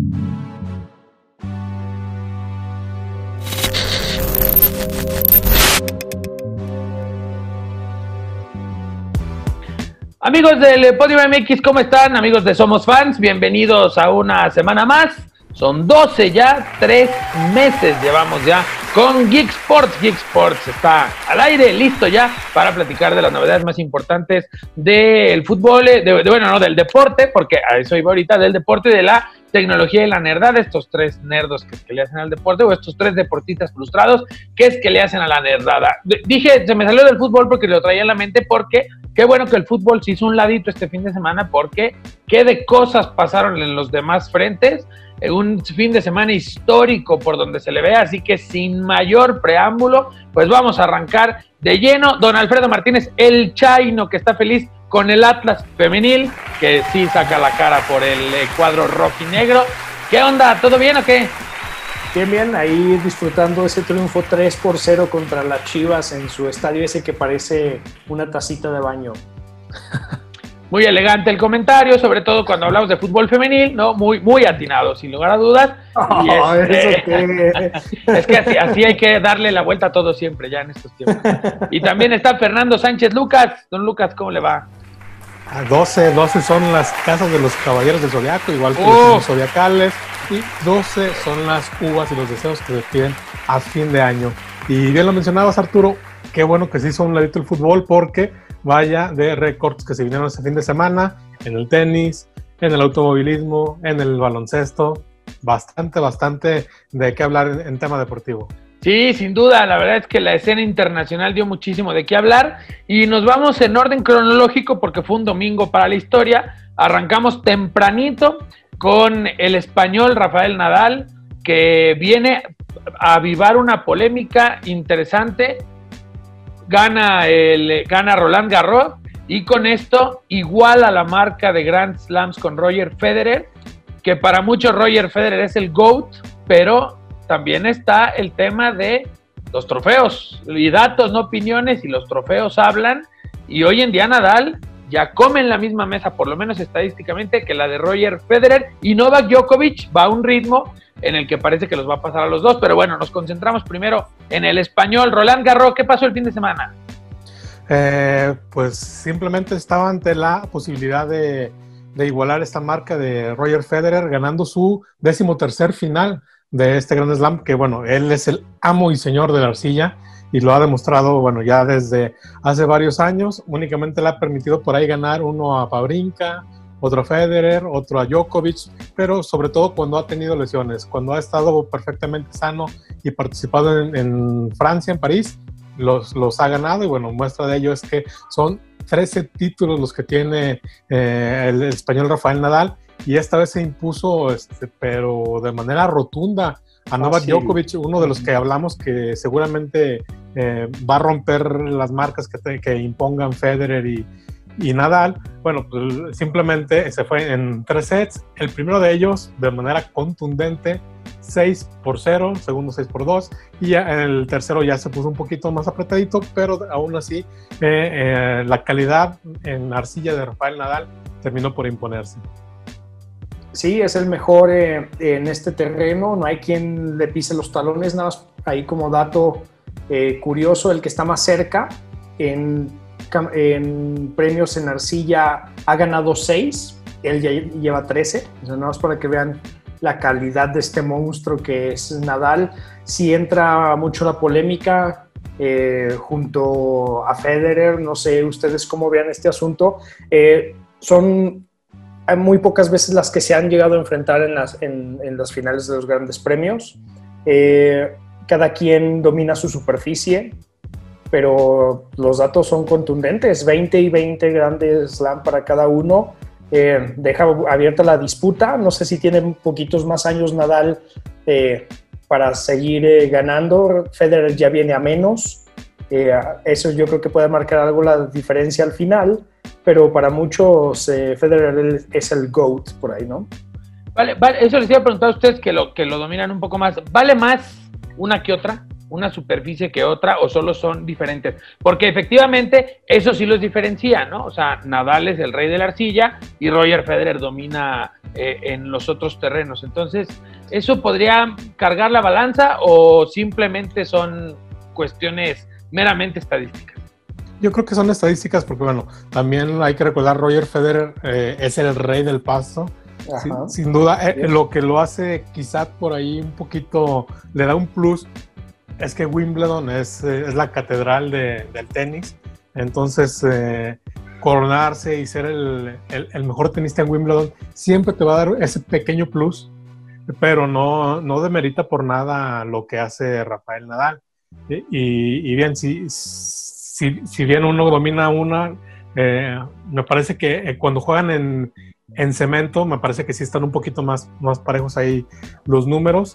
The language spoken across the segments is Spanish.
Amigos del Podio MX, ¿cómo están? Amigos de Somos Fans, bienvenidos a una semana más. Son 12 ya, 3 meses llevamos ya con Geek Sports. Geek Sports está al aire, listo ya para platicar de las novedades más importantes del fútbol, del deporte, porque a eso iba ahorita, del deporte, de la tecnología y la nerdad, estos 3 nerdos que le hacen al deporte, o estos 3 deportistas frustrados que le hacen a la nerdada. Dije, se me salió del fútbol porque lo traía en la mente, porque qué bueno que el fútbol se hizo un ladito este fin de semana, porque qué de cosas pasaron en los demás frentes. Un fin de semana histórico por donde se le ve, así que sin mayor preámbulo, pues vamos a arrancar de lleno. Don Alfredo Martínez, el Chaino, que está feliz con el Atlas femenil, que sí saca la cara por el cuadro rojinegro. ¿Qué onda? ¿Todo bien o qué? Bien, ahí disfrutando ese triunfo 3-0 contra las Chivas en su estadio ese que parece una tacita de baño. Muy elegante el comentario, sobre todo cuando hablamos de fútbol femenil, ¿no? Muy atinado, sin lugar a dudas. Es que así hay que darle la vuelta a todo siempre, ya en estos tiempos. Y también está Fernando Sánchez. Lucas, don Lucas, ¿cómo le va? 12 son las casas de los caballeros del Zodiaco, igual que los zodiacales, y 12 son las uvas y los deseos que se piden a fin de año. Y bien lo mencionabas, Arturo, qué bueno que se hizo un ladito el fútbol, porque vaya de récords que se vinieron este fin de semana en el tenis, en el automovilismo, en el baloncesto. Bastante de qué hablar en tema deportivo. Sí, sin duda, la verdad es que la escena internacional dio muchísimo de qué hablar, y nos vamos en orden cronológico porque fue un domingo para la historia. Arrancamos tempranito con el español Rafael Nadal, que viene a avivar una polémica interesante. Gana Roland Garros y con esto iguala la marca de Grand Slams con Roger Federer, que para muchos Roger Federer es el GOAT, pero también está el tema de los trofeos, y datos, no opiniones, y los trofeos hablan, y hoy en día Nadal ya come en la misma mesa, por lo menos estadísticamente, que la de Roger Federer, y Novak Djokovic va a un ritmo en el que parece que los va a pasar a los dos. Pero bueno, nos concentramos primero en el español. Roland Garros, ¿qué pasó el fin de semana? Pues simplemente estaba ante la posibilidad de igualar esta marca de Roger Federer, ganando su 13º final de este Grand Slam, que bueno, él es el amo y señor de la arcilla, y lo ha demostrado, bueno, ya desde hace varios años. Únicamente le ha permitido por ahí ganar uno a Wawrinka, otro a Federer, otro a Djokovic, pero sobre todo cuando ha tenido lesiones, cuando ha estado perfectamente sano y participado en Francia, en París, los ha ganado. Y bueno, muestra de ello es que son 13 títulos los que tiene el español Rafael Nadal, y esta vez se impuso, pero de manera rotunda, a Novak Djokovic, uno de los que hablamos que seguramente va a romper las marcas que impongan Federer y Nadal. Bueno, pues simplemente se fue en 3 sets. El primero de ellos, de manera contundente, 6-0, segundo 6-2, y ya en el tercero ya se puso un poquito más apretadito, pero aún así la calidad en arcilla de Rafael Nadal terminó por imponerse. Sí, es el mejor en este terreno, no hay quien le pise los talones. Nada más ahí como dato curioso, el que está más cerca en premios en arcilla ha ganado 6, él ya lleva 13, o sea, nada más para que vean la calidad de este monstruo que es Nadal. Sí entra mucho la polémica junto a Federer, no sé ustedes cómo vean este asunto. Son muy pocas veces las que se han llegado a enfrentar en las finales de los grandes premios. Cada quien domina su superficie, pero los datos son contundentes, 20 y 20 grandes slam para cada uno. Deja abierta la disputa. No sé si tiene poquitos más años Nadal para seguir ganando. Federer ya viene a menos. Eso yo creo que puede marcar algo la diferencia al final, pero para muchos Federer es el GOAT por ahí, ¿no? Vale, eso les iba a preguntar a ustedes que lo dominan un poco más. ¿Vale más una que otra? ¿Una superficie que otra, o solo son diferentes? Porque efectivamente eso sí los diferencia, ¿no? O sea, Nadal es el rey de la arcilla y Roger Federer domina en los otros terrenos. Entonces, ¿eso podría cargar la balanza o simplemente son cuestiones meramente estadísticas? Yo creo que son estadísticas porque, bueno, también hay que recordar, Roger Federer es el rey del pasto. Sin duda, lo que lo hace quizá por ahí un poquito, le da un plus, es que Wimbledon es la catedral del tenis. Entonces, coronarse y ser el mejor tenista en Wimbledon siempre te va a dar ese pequeño plus, pero no demerita por nada lo que hace Rafael Nadal. Y bien, si bien uno domina una, me parece que cuando juegan en cemento, me parece que sí están un poquito más parejos ahí los números,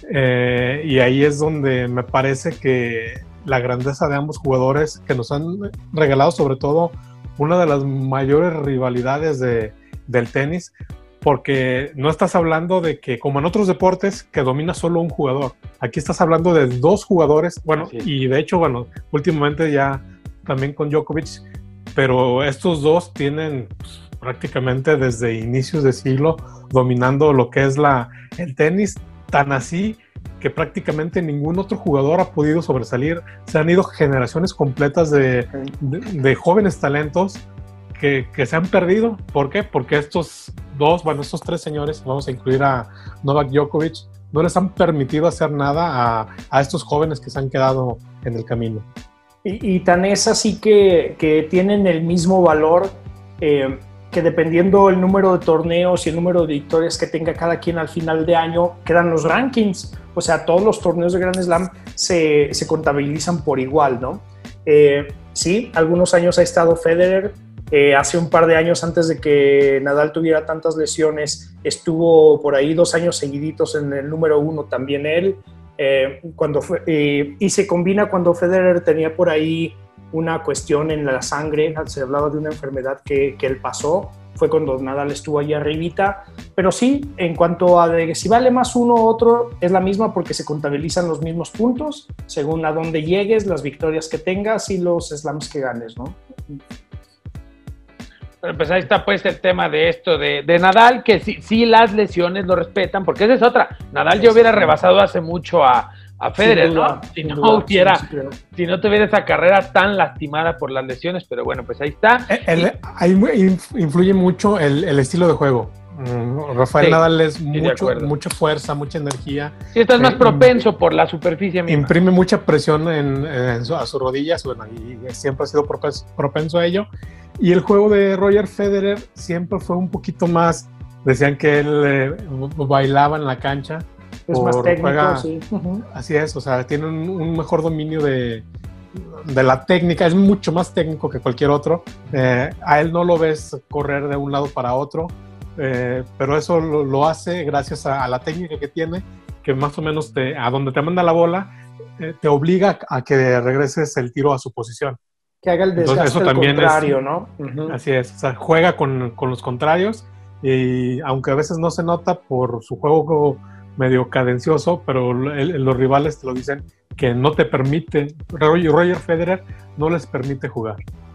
y ahí es donde me parece que la grandeza de ambos jugadores que nos han regalado sobre todo una de las mayores rivalidades del tenis, porque no estás hablando de que, como en otros deportes, que domina solo un jugador. Aquí estás hablando de dos jugadores, bueno, sí. Y de hecho, bueno, últimamente ya también con Djokovic, pero estos dos tienen prácticamente desde inicios de siglo dominando lo que es el tenis, tan así que prácticamente ningún otro jugador ha podido sobresalir. Se han ido generaciones completas de jóvenes talentos que se han perdido. ¿Por qué? Porque estos tres señores, vamos a incluir a Novak Djokovic, no les han permitido hacer nada a estos jóvenes que se han quedado en el camino. Y tan es así que tienen el mismo valor, que dependiendo el número de torneos y el número de victorias que tenga cada quien al final de año, quedan los rankings. O sea, todos los torneos de Grand Slam se contabilizan por igual, ¿no? Sí, algunos años ha estado Federer. Hace un par de años, antes de que Nadal tuviera tantas lesiones, estuvo por ahí 2 años seguiditos en el número 1 también él. Y se combina cuando Federer tenía por ahí una cuestión en la sangre, se hablaba de una enfermedad que él pasó, fue cuando Nadal estuvo ahí arribita. Pero sí, en cuanto a de si vale más uno u otro, es la misma porque se contabilizan los mismos puntos, según a dónde llegues, las victorias que tengas y los slams que ganes, ¿no? Bueno, pues ahí está pues el tema de esto de Nadal, que sí las lesiones lo respetan, porque esa es otra. Nadal ya hubiera rebasado hace mucho a Federer, ¿no? Si no tuviera esa carrera tan lastimada por las lesiones, pero bueno, pues ahí está. Ahí influye mucho el estilo de juego. Rafael Nadal es mucha fuerza, mucha energía. Sí, estás más propenso por la superficie misma. Imprime mucha presión a sus rodillas, bueno, y siempre ha sido propenso a ello. Y el juego de Roger Federer siempre fue un poquito más, decían que él bailaba en la cancha. Es más técnico, sí. Así es, o sea, tiene un mejor dominio de la técnica, es mucho más técnico que cualquier otro. A él no lo ves correr de un lado para otro, pero eso lo hace gracias a la técnica que tiene, que más o menos a donde te manda la bola, te obliga a que regreses el tiro a su posición. Que haga el desgaste. Entonces, eso también contrario, ¿no? Así es, o sea, juega con los contrarios, y aunque a veces no se nota por su juego medio cadencioso, pero los rivales te lo dicen, que no te permite, Roger Federer no les permite jugar.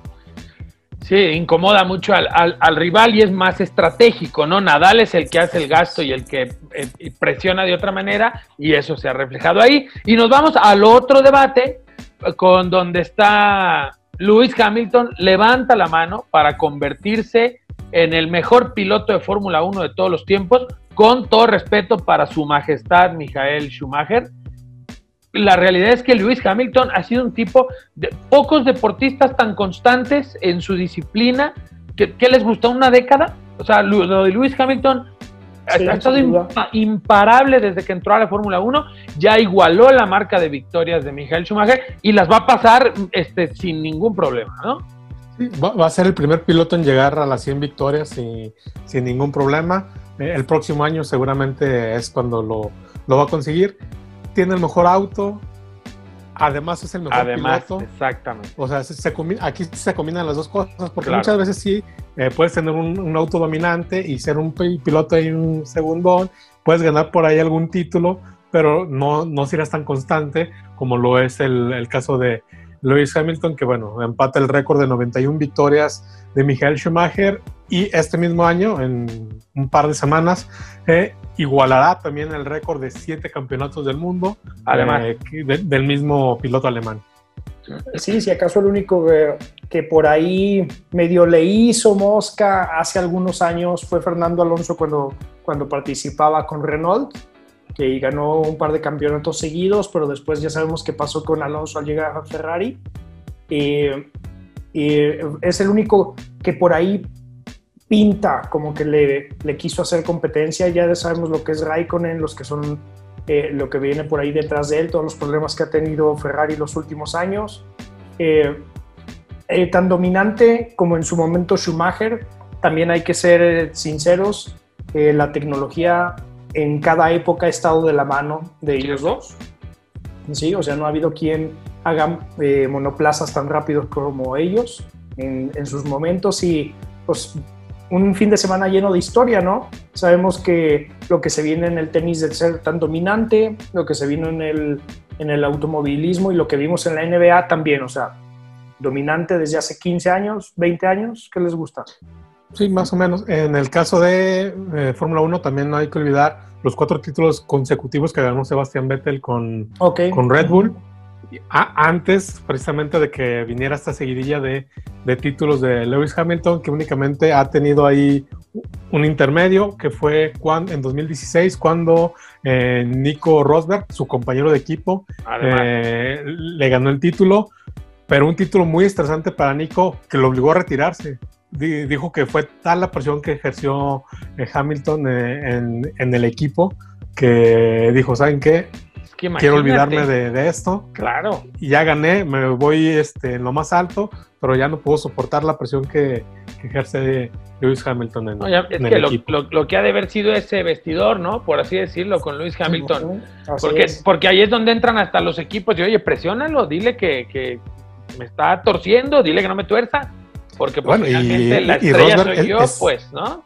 Sí, incomoda mucho al rival y es más estratégico, ¿no? Nadal es el que hace el gasto y el que presiona de otra manera, y eso se ha reflejado ahí. Y nos vamos al otro debate, con donde está Lewis Hamilton, levanta la mano para convertirse en el mejor piloto de Fórmula 1 de todos los tiempos, con todo respeto para su majestad Michael Schumacher. La realidad es que Lewis Hamilton ha sido un tipo de pocos deportistas tan constantes en su disciplina. ¿Qué les gustó? ¿Una década? O sea, lo de Lewis Hamilton ha estado imparable desde que entró a la Fórmula 1, ya igualó la marca de victorias de Michael Schumacher y las va a pasar sin ningún problema, ¿no? Sí, va a ser el primer piloto en llegar a las 100 victorias sin ningún problema. El próximo año seguramente es cuando lo va a conseguir. Tiene el mejor auto, además es el mejor piloto. Exactamente. O sea, aquí se combinan las dos cosas, porque muchas veces sí puedes tener un auto dominante y ser un piloto ahí un segundón, puedes ganar por ahí algún título, pero no serás tan constante como lo es el caso de Lewis Hamilton, que bueno, empata el récord de 91 victorias de Michael Schumacher, y este mismo año, en un par de semanas, igualará también el récord de 7 campeonatos del mundo, además del mismo piloto alemán. Sí, si acaso el único que por ahí medio le hizo mosca hace algunos años fue Fernando Alonso cuando participaba con Renault, que ganó un par de campeonatos seguidos, pero después ya sabemos qué pasó con Alonso al llegar a Ferrari. Es el único que por ahí pinta como que le quiso hacer competencia. Ya sabemos lo que es Raikkonen, los que son lo que viene por ahí detrás de él, todos los problemas que ha tenido Ferrari los últimos años. Tan dominante como en su momento Schumacher, también hay que ser sinceros, la tecnología en cada época ha estado de la mano de ellos dos. Sí, o sea, no ha habido quien haga monoplazas tan rápidos como ellos en sus momentos, y pues un fin de semana lleno de historia, ¿no? Sabemos que lo que se viene en el tenis de ser tan dominante, lo que se vino en el automovilismo y lo que vimos en la NBA también, o sea, dominante desde hace 15 años, 20 años, ¿qué les gusta? Sí, más o menos. En el caso de Fórmula 1 también no hay que olvidar los 4 títulos consecutivos que ganó Sebastián Vettel con Red Bull. Antes, precisamente, de que viniera esta seguidilla de títulos de Lewis Hamilton, que únicamente ha tenido ahí un intermedio, que fue en 2016, cuando Nico Rosberg, su compañero de equipo, le ganó el título, pero un título muy estresante para Nico, que lo obligó a retirarse. Dijo que fue tal la presión que ejerció Hamilton en el equipo, que dijo, ¿saben qué? Quiero olvidarme de esto. Claro. Y ya gané, me voy en lo más alto, pero ya no puedo soportar la presión que ejerce Lewis Hamilton en el equipo. Lo que ha de haber sido ese vestidor, ¿no? Por así decirlo, con Lewis Hamilton. Porque ahí es donde entran hasta los equipos y, oye, presiónalo, dile que me está torciendo, dile que no me tuerza, porque pues, bueno, finalmente la estrella Rosberg soy yo, pues, ¿no?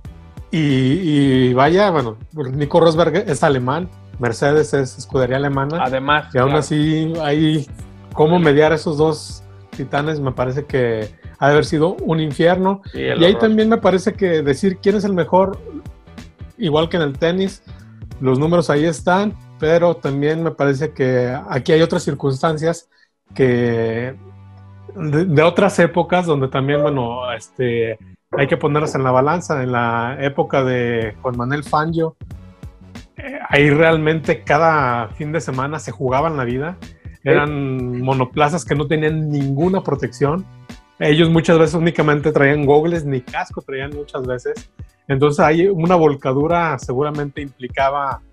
Y vaya, bueno, Nico Rosberg es alemán, Mercedes es escudería alemana. Además, y aún así hay cómo mediar esos dos titanes, me parece que ha de haber sido un infierno. Y ahí también me parece que decir quién es el mejor, igual que en el tenis, los números ahí están, pero también me parece que aquí hay otras circunstancias que de otras épocas donde también, bueno, hay que ponerlas en la balanza. En la época de Juan Manuel Fangio, ahí realmente cada fin de semana se jugaban la vida. Eran monoplazas que no tenían ninguna protección. Ellos muchas veces únicamente traían gogles, ni casco traían muchas veces. Entonces ahí una volcadura seguramente implicaba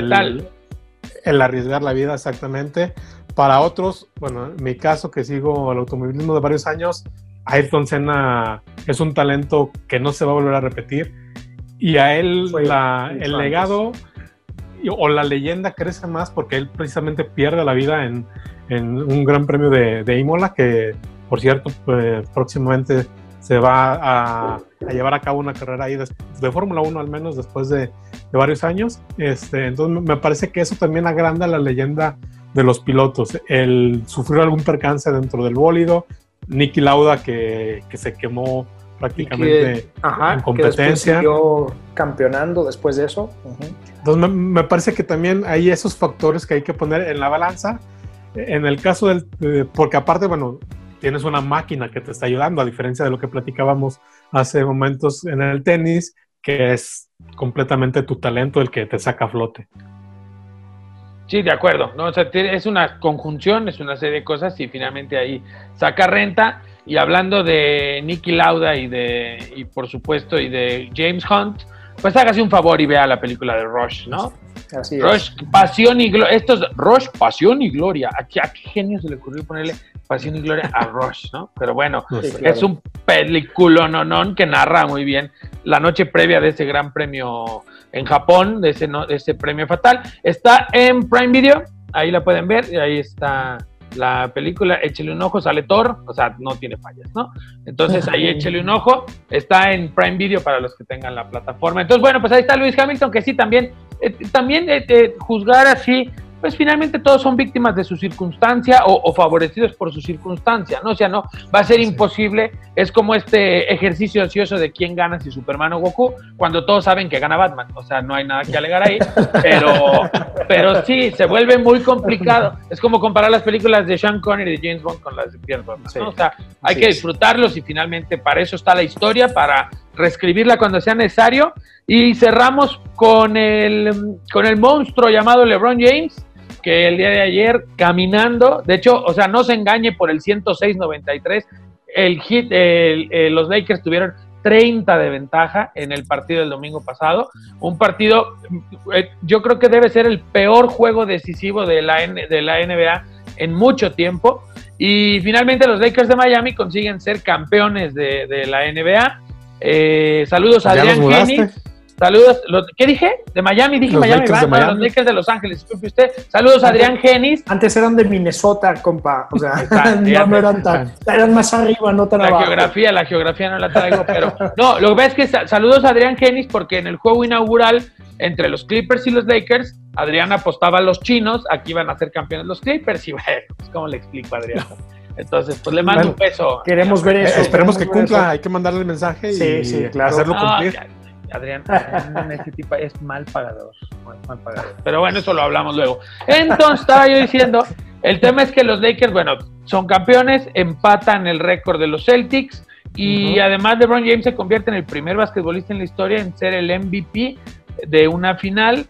el arriesgar la vida, exactamente. Para otros, bueno, en mi caso, que sigo el automovilismo de varios años, Ayrton Senna es un talento que no se va a volver a repetir, y a él el legado o la leyenda crece más porque él precisamente pierde la vida en un gran premio de Imola, que por cierto próximamente se va a llevar a cabo una carrera ahí de Fórmula 1, al menos después de varios años. Entonces me parece que eso también agranda la leyenda de los pilotos, el sufrir algún percance dentro del bólido. Niki Lauda que se quemó prácticamente en competencia, que siguió campeonando después de eso. Entonces me parece que también hay esos factores que hay que poner en la balanza. En el caso porque aparte, bueno, tienes una máquina que te está ayudando, a diferencia de lo que platicábamos hace momentos en el tenis, que es completamente tu talento el que te saca a flote. Sí, de acuerdo, ¿no? O sea, es una conjunción, es una serie de cosas, y finalmente ahí saca renta. Y hablando de Niki Lauda y por supuesto de James Hunt, pues hágase un favor y vea la película de Rush, ¿no? Así es. Rush, Pasión y Gloria. Rush, Pasión y Gloria. ¿A qué genio se le ocurrió ponerle Pasión y Gloria a Rush, no? Pero bueno, sí, claro. Es un peliculón que narra muy bien la noche previa de ese gran premio en Japón, de ese premio fatal. Está en Prime Video, ahí la pueden ver, y ahí está la película, échale un ojo, sale Thor, o sea, no tiene fallas, ¿no? Entonces ahí échale un ojo, está en Prime Video para los que tengan la plataforma. Entonces, bueno, pues ahí está Lewis Hamilton, que sí, también juzgar así pues finalmente todos son víctimas de su circunstancia o favorecidos por su circunstancia, ¿no? O sea, no, va a ser imposible, es como este ejercicio ocioso de quién gana, si Superman o Goku, cuando todos saben que gana Batman, o sea, no hay nada que alegar ahí, pero sí, se vuelve muy complicado, es como comparar las películas de Sean Connery y de James Bond con las de Pierce Brosnan, ¿no? O sea, hay que disfrutarlos y finalmente para eso está la historia, para reescribirla cuando sea necesario, y cerramos con el monstruo llamado LeBron James, que el día de ayer caminando, de hecho, o sea, no se engañe por el 106-93, los Lakers tuvieron 30 de ventaja en el partido del domingo pasado, un partido, yo creo que debe ser el peor juego decisivo de la NBA en mucho tiempo, y finalmente los Lakers de Miami consiguen ser campeones de la NBA. Saludos a Adrián Genis. Saludos, ¿qué dije? ¿De Miami? Dije Miami, Lakers de Miami. Los Lakers de Los Ángeles, disculpe usted. Saludos a Adrián Genis. Antes eran de Minnesota, compa. O sea, no eran tan, eran más arriba, no tan abajo. La geografía no la traigo, pero no, lo que pasa es que saludos a Adrián Genis porque en el juego inaugural entre los Clippers y los Lakers, Adrián apostaba a los chinos, aquí iban a ser campeones los Clippers, y bueno, pues ¿cómo le explico a Adrián? Entonces, pues le mando un beso. Queremos ver eso. Esperemos que cumpla, hay que mandarle el mensaje y claro. hacerlo cumplir. Adrián, este tipo es mal pagador. Pero bueno, eso lo hablamos luego. Entonces, estaba yo diciendo, el tema es que los Lakers, bueno, son campeones, empatan el récord de los Celtics y además LeBron James se convierte en el primer basquetbolista en la historia en ser el MVP de una final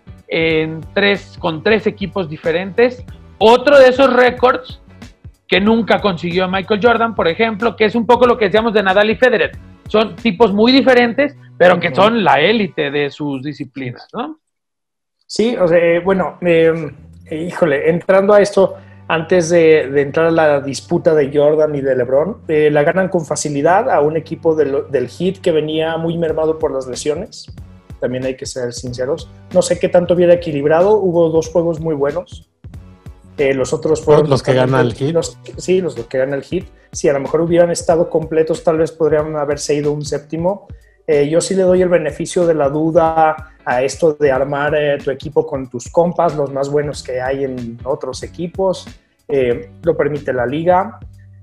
con 3 equipos diferentes. Otro de esos récords que nunca consiguió Michael Jordan, por ejemplo, que es un poco lo que decíamos de Nadal y Federer. Son tipos muy diferentes, pero que son la élite de sus disciplinas, ¿no? Sí, o sea, bueno, híjole, entrando a esto, antes de entrar a la disputa de Jordan y de LeBron, la ganan con facilidad a un equipo del Heat que venía muy mermado por las lesiones. También hay que ser sinceros. No sé qué tanto hubiera equilibrado, hubo 2 juegos muy buenos. Los otros fueron los que gana el Heat. Los que gana el Heat. Si a lo mejor hubieran estado completos, tal vez podrían haberse ido un séptimo. Yo sí le doy el beneficio de la duda a esto de armar tu equipo con tus compas, los más buenos que hay en otros equipos. Lo permite la liga.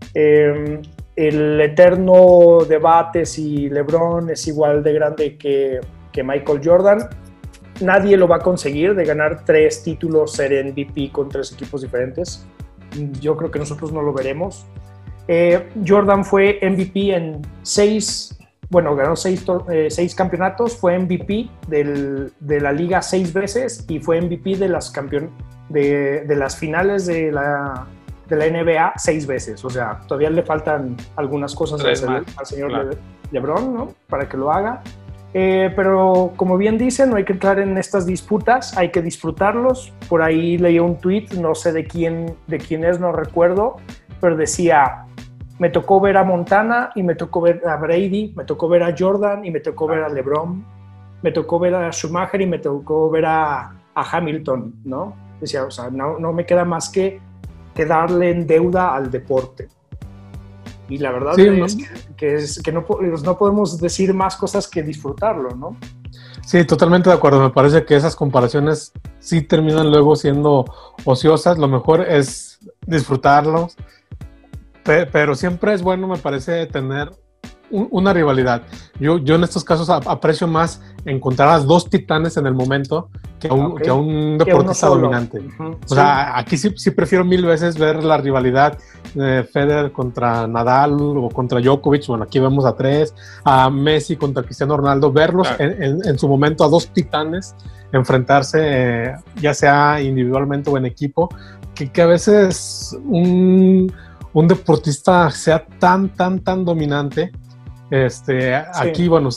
El eterno debate si LeBron es igual de grande que Michael Jordan. Nadie lo va a conseguir de ganar 3 títulos, ser MVP con 3 equipos diferentes. Yo creo que nosotros no lo veremos. Jordan fue MVP en 6, bueno, ganó 6 campeonatos, fue MVP de la liga 6 veces y fue MVP de las finales de la NBA 6 veces. O sea, todavía le faltan algunas cosas al señor LeBron, ¿no? Para que lo haga. Pero como bien dicen, no hay que entrar en estas disputas, hay que disfrutarlos. Por ahí leí un tweet, no sé de quién es, no recuerdo, pero decía: me tocó ver a Montana y me tocó ver a Brady, me tocó ver a Jordan y me tocó ver a LeBron, me tocó ver a Schumacher y me tocó ver a Hamilton, ¿no? Decía, o sea, no me queda más que darle en deuda al deporte. Y la verdad es que no podemos decir más cosas que disfrutarlo, ¿no? Sí, totalmente de acuerdo. Me parece que esas comparaciones sí terminan luego siendo ociosas. Lo mejor es disfrutarlos, pero siempre es bueno, me parece, tener una rivalidad. Yo en estos casos aprecio más encontrar a 2 titanes en el momento que a un deportista dominante. O sea, aquí sí prefiero 1000 veces ver la rivalidad de Federer contra Nadal o contra Djokovic. Bueno, aquí vemos a 3, a Messi contra Cristiano Ronaldo, verlos en su momento a 2 titanes enfrentarse, ya sea individualmente o en equipo, que a veces un deportista sea tan dominante. Aquí, bueno,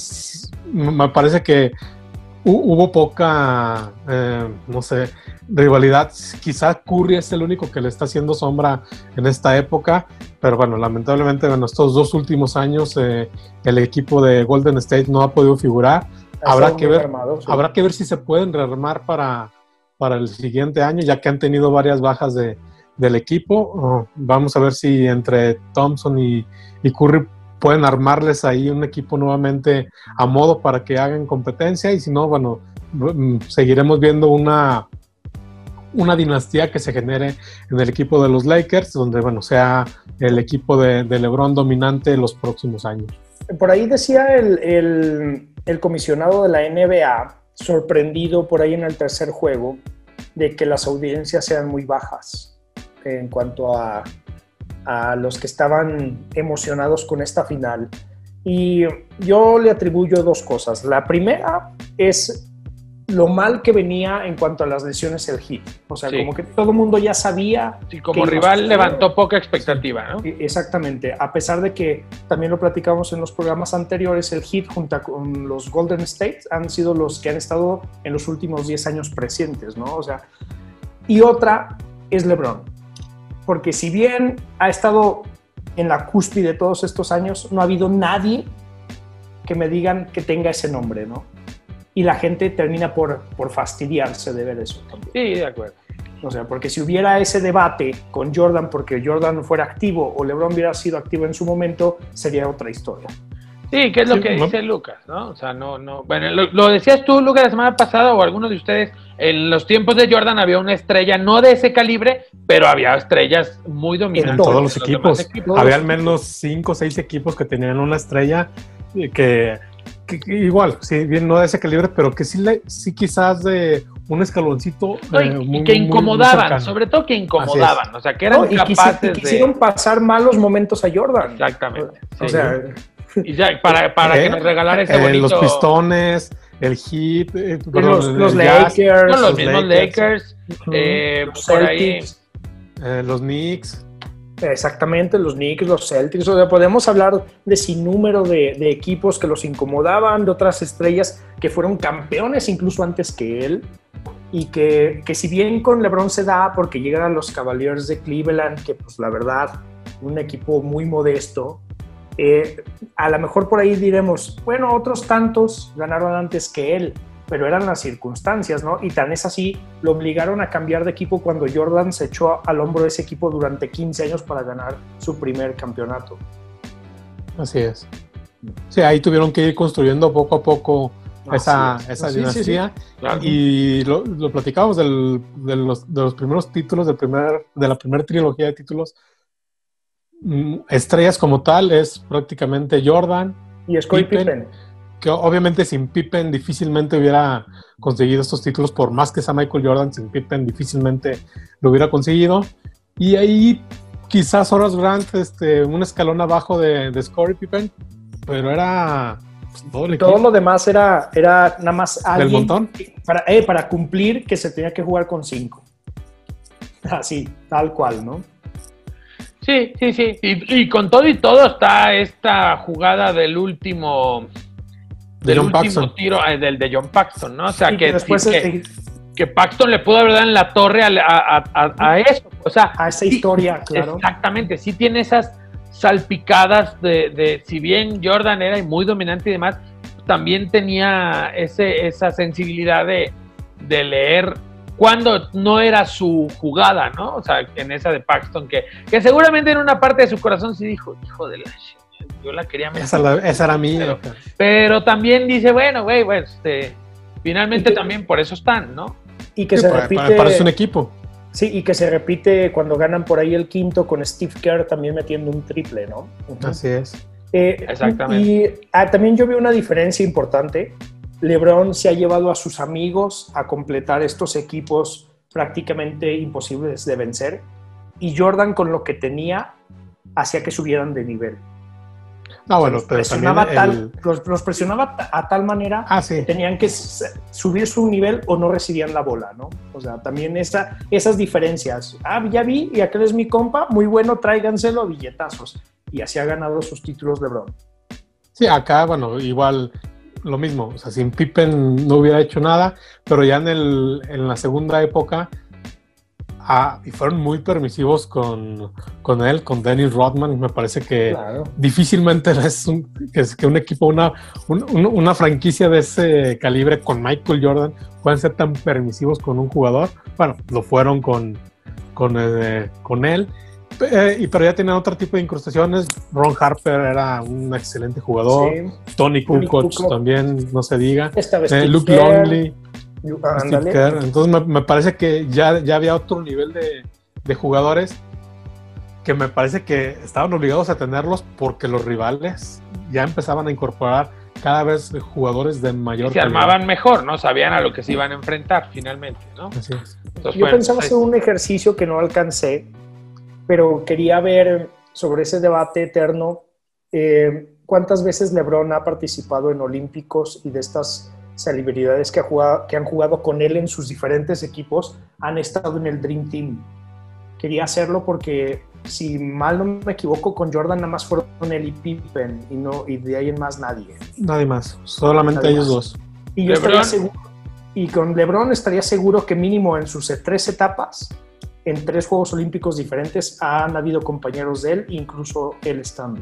me parece que hubo poca, no sé, rivalidad. Quizá Curry es el único que le está haciendo sombra en esta época, pero bueno, lamentablemente en estos 2 últimos años el equipo de Golden State no ha podido figurar. Habrá que ver si se pueden rearmar para el siguiente año, ya que han tenido varias bajas del equipo. Vamos a ver si entre Thompson y Curry pueden armarles ahí un equipo nuevamente a modo para que hagan competencia, y si no, bueno, seguiremos viendo una una dinastía que se genere en el equipo de los Lakers, donde, bueno, sea el equipo de LeBron dominante en los próximos años. Por ahí decía el comisionado de la NBA, sorprendido por ahí en el tercer juego, de que las audiencias sean muy bajas en cuanto a los que estaban emocionados con esta final. Y yo le atribuyo dos cosas. La primera es lo mal que venía en cuanto a las lesiones el Heat. O sea, como que todo el mundo ya sabía. Sí, como rival levantó poca expectativa, ¿no? Exactamente. A pesar de que también lo platicamos en los programas anteriores, el Heat junto con los Golden State han sido los que han estado en los últimos 10 años presentes, ¿no? O sea, y otra es LeBron. Porque si bien ha estado en la cúspide de todos estos años, no ha habido nadie que me digan que tenga ese nombre, ¿no? Y la gente termina por fastidiarse de ver eso también. Sí, de acuerdo. O sea, porque si hubiera ese debate con Jordan porque Jordan fuera activo o LeBron hubiera sido activo en su momento, sería otra historia. Sí, que es lo que dice Lucas, ¿no? O sea, no. Bueno, lo decías tú, Lucas, la semana pasada, o algunos de ustedes, en los tiempos de Jordan había una estrella, no de ese calibre, pero había estrellas muy dominantes. En todos los equipos. Había al menos 5 o 6 equipos que tenían una estrella que igual, sí, bien no de ese calibre, pero que sí quizás de un escaloncito y que incomodaban, muy sobre todo que incomodaban, o sea, que eran capaces de... quisieron pasar malos momentos a Jordan. Exactamente. O sea... Y ya, para que nos regalara ese bonito... Los Pistones, el Heat, los Lakers. Los mismos Lakers. Los Celtics. Los Knicks. Exactamente, los Knicks, los Celtics. O sea, podemos hablar de sinnúmero de equipos que los incomodaban, de otras estrellas que fueron campeones incluso antes que él. Y que si bien con LeBron se da porque llegan a los Cavaliers de Cleveland, que pues la verdad, un equipo muy modesto, a lo mejor por ahí diremos, bueno, otros tantos ganaron antes que él, pero eran las circunstancias, ¿no? Y tan es así, lo obligaron a cambiar de equipo cuando Jordan se echó al hombro de ese equipo durante 15 años para ganar su primer campeonato. Así es. Sí, ahí tuvieron que ir construyendo poco a poco esa dinastía. Sí. Claro. Y lo platicábamos de los primeros títulos, de la primera trilogía de títulos. Estrellas como tal es prácticamente Jordan y Scottie Pippen, que obviamente sin Pippen difícilmente hubiera conseguido estos títulos, por más que sea Michael Jordan, sin Pippen difícilmente lo hubiera conseguido. Y ahí quizás Horace Grant un escalón abajo de Scottie Pippen, pero era pues, todo lo demás era nada más alguien del montón para cumplir que se tenía que jugar con 5, así, tal cual, ¿no? Sí. Y con todo y todo está esta jugada del último tiro, del de John Paxson, ¿no? O sea, que después que Paxton le pudo haber dado en la torre a eso. O sea, a esa historia, claro. Exactamente, sí tiene esas salpicadas de si bien Jordan era muy dominante y demás, también tenía esa sensibilidad de leer cuando no era su jugada, ¿no? O sea, en esa de Paxton, que seguramente en una parte de su corazón sí dijo, hijo de la shit, yo la quería meter. Esa era mía. Pero también dice, bueno, güey, finalmente también por eso están, ¿no? Y que se repite... Parece un equipo. Sí, y que se repite cuando ganan por ahí el quinto con Steve Kerr también metiendo un triple, ¿no? Así es. Exactamente. Y también yo veo una diferencia importante. LeBron se ha llevado a sus amigos a completar estos equipos prácticamente imposibles de vencer, y Jordan con lo que tenía hacía que subieran de nivel. Bueno, pero los presionaba a tal manera que tenían que subir su nivel o no recibían la bola, ¿no? O sea, también esas diferencias. Ya vi, y aquel es mi compa, muy bueno, tráiganselo a billetazos. Y así ha ganado sus títulos LeBron. Sí, acá, bueno, igual lo mismo, o sea, sin Pippen no hubiera hecho nada, pero ya en la segunda época y fueron muy permisivos con él, con Dennis Rodman, y me parece que difícilmente que un equipo, una franquicia de ese calibre con Michael Jordan puedan ser tan permisivos con un jugador. Bueno, lo fueron con él. Pero ya tenían otro tipo de incrustaciones. Ron Harper era un excelente jugador. Sí. Tony Kukoc también, no se diga. Luke Longley. Ándale. Entonces me parece que ya había otro nivel de jugadores que me parece que estaban obligados a tenerlos porque los rivales ya empezaban a incorporar cada vez jugadores de mayor calidad. Se armaban mejor, ¿no? Sabían a lo que se iban a enfrentar finalmente, ¿no? Así es. Entonces, yo pensaba hacer un ejercicio que no alcancé, pero quería ver sobre ese debate eterno cuántas veces LeBron ha participado en Olímpicos y de estas celebridades que han jugado con él en sus diferentes equipos han estado en el Dream Team. Quería hacerlo porque, si mal no me equivoco, con Jordan nada más fueron él y Pippen y de ahí en más nadie. Nadie más, solamente nadie ellos más. Dos. Y yo estaría seguro, y con LeBron estaría seguro que mínimo en sus 3 etapas, en 3 Juegos Olímpicos diferentes, han habido compañeros de él, incluso él estando.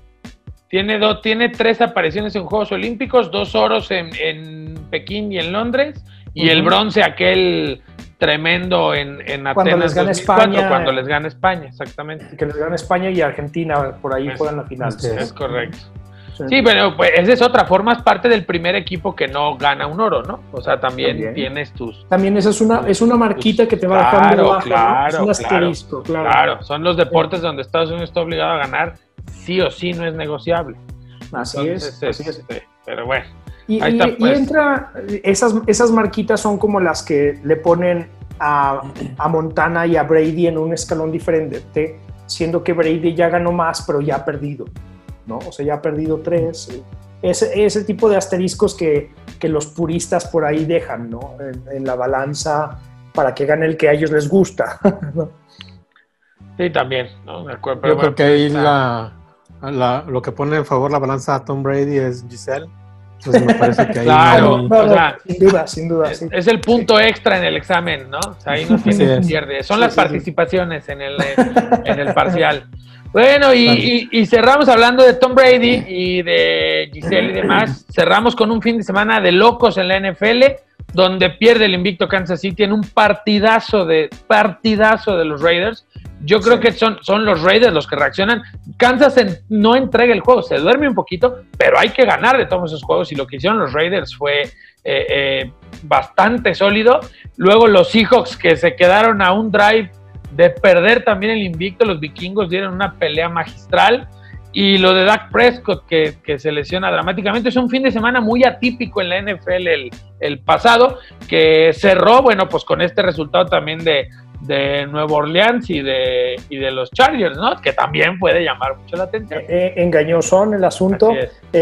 Tiene 3 apariciones en Juegos Olímpicos, 2 oros en Pekín y en Londres, y el bronce aquel tremendo en Atenas cuando les gana 2004, España, cuando les gana España, exactamente. Que les gana España y Argentina, por ahí juegan la final. Es correcto. Sí, pero pues esa es otra, formas parte del primer equipo que no gana un oro, ¿no? O sea, también tienes tus... También esa es una marquita que te va dejando abajo, claro, ¿no? Es un asterisco, claro. Son los deportes donde Estados Unidos está obligado a ganar, sí o sí no es negociable. Así es. Pero bueno. Y entra, esas marquitas son como las que le ponen a Montana y a Brady en un escalón diferente, siendo que Brady ya ganó más, pero ya ha perdido, ¿no? O sea, ya ha perdido 3. Ese tipo de asteriscos que los puristas por ahí dejan, ¿no? En la balanza para que gane el que a ellos les gusta, ¿no? Sí, también, ¿no? De acuerdo, yo creo que ahí lo que pone en favor la balanza a Tom Brady es Giselle. Entonces me parece que ahí claro, o sea, sin duda. Sí. Es el punto extra en el examen, ¿no? O sea, ahí no pierde. Son las participaciones en el parcial. Bueno, y cerramos hablando de Tom Brady y de Giselle y demás. Cerramos con un fin de semana de locos en la NFL, donde pierde el invicto Kansas City en un partidazo de los Raiders. Yo creo que son los Raiders los que reaccionan. Kansas no entrega el juego, se duerme un poquito, pero hay que ganar de todos esos juegos, y lo que hicieron los Raiders fue bastante sólido. Luego los Seahawks, que se quedaron a un drive de perder también el invicto, los vikingos dieron una pelea magistral. Y lo de Dak Prescott, que se lesiona dramáticamente. Es un fin de semana muy atípico en la NFL el pasado, que cerró, bueno, pues con este resultado también de Nueva Orleans y de los Chargers, ¿no? Que también puede llamar mucho la atención. Engañosón el asunto.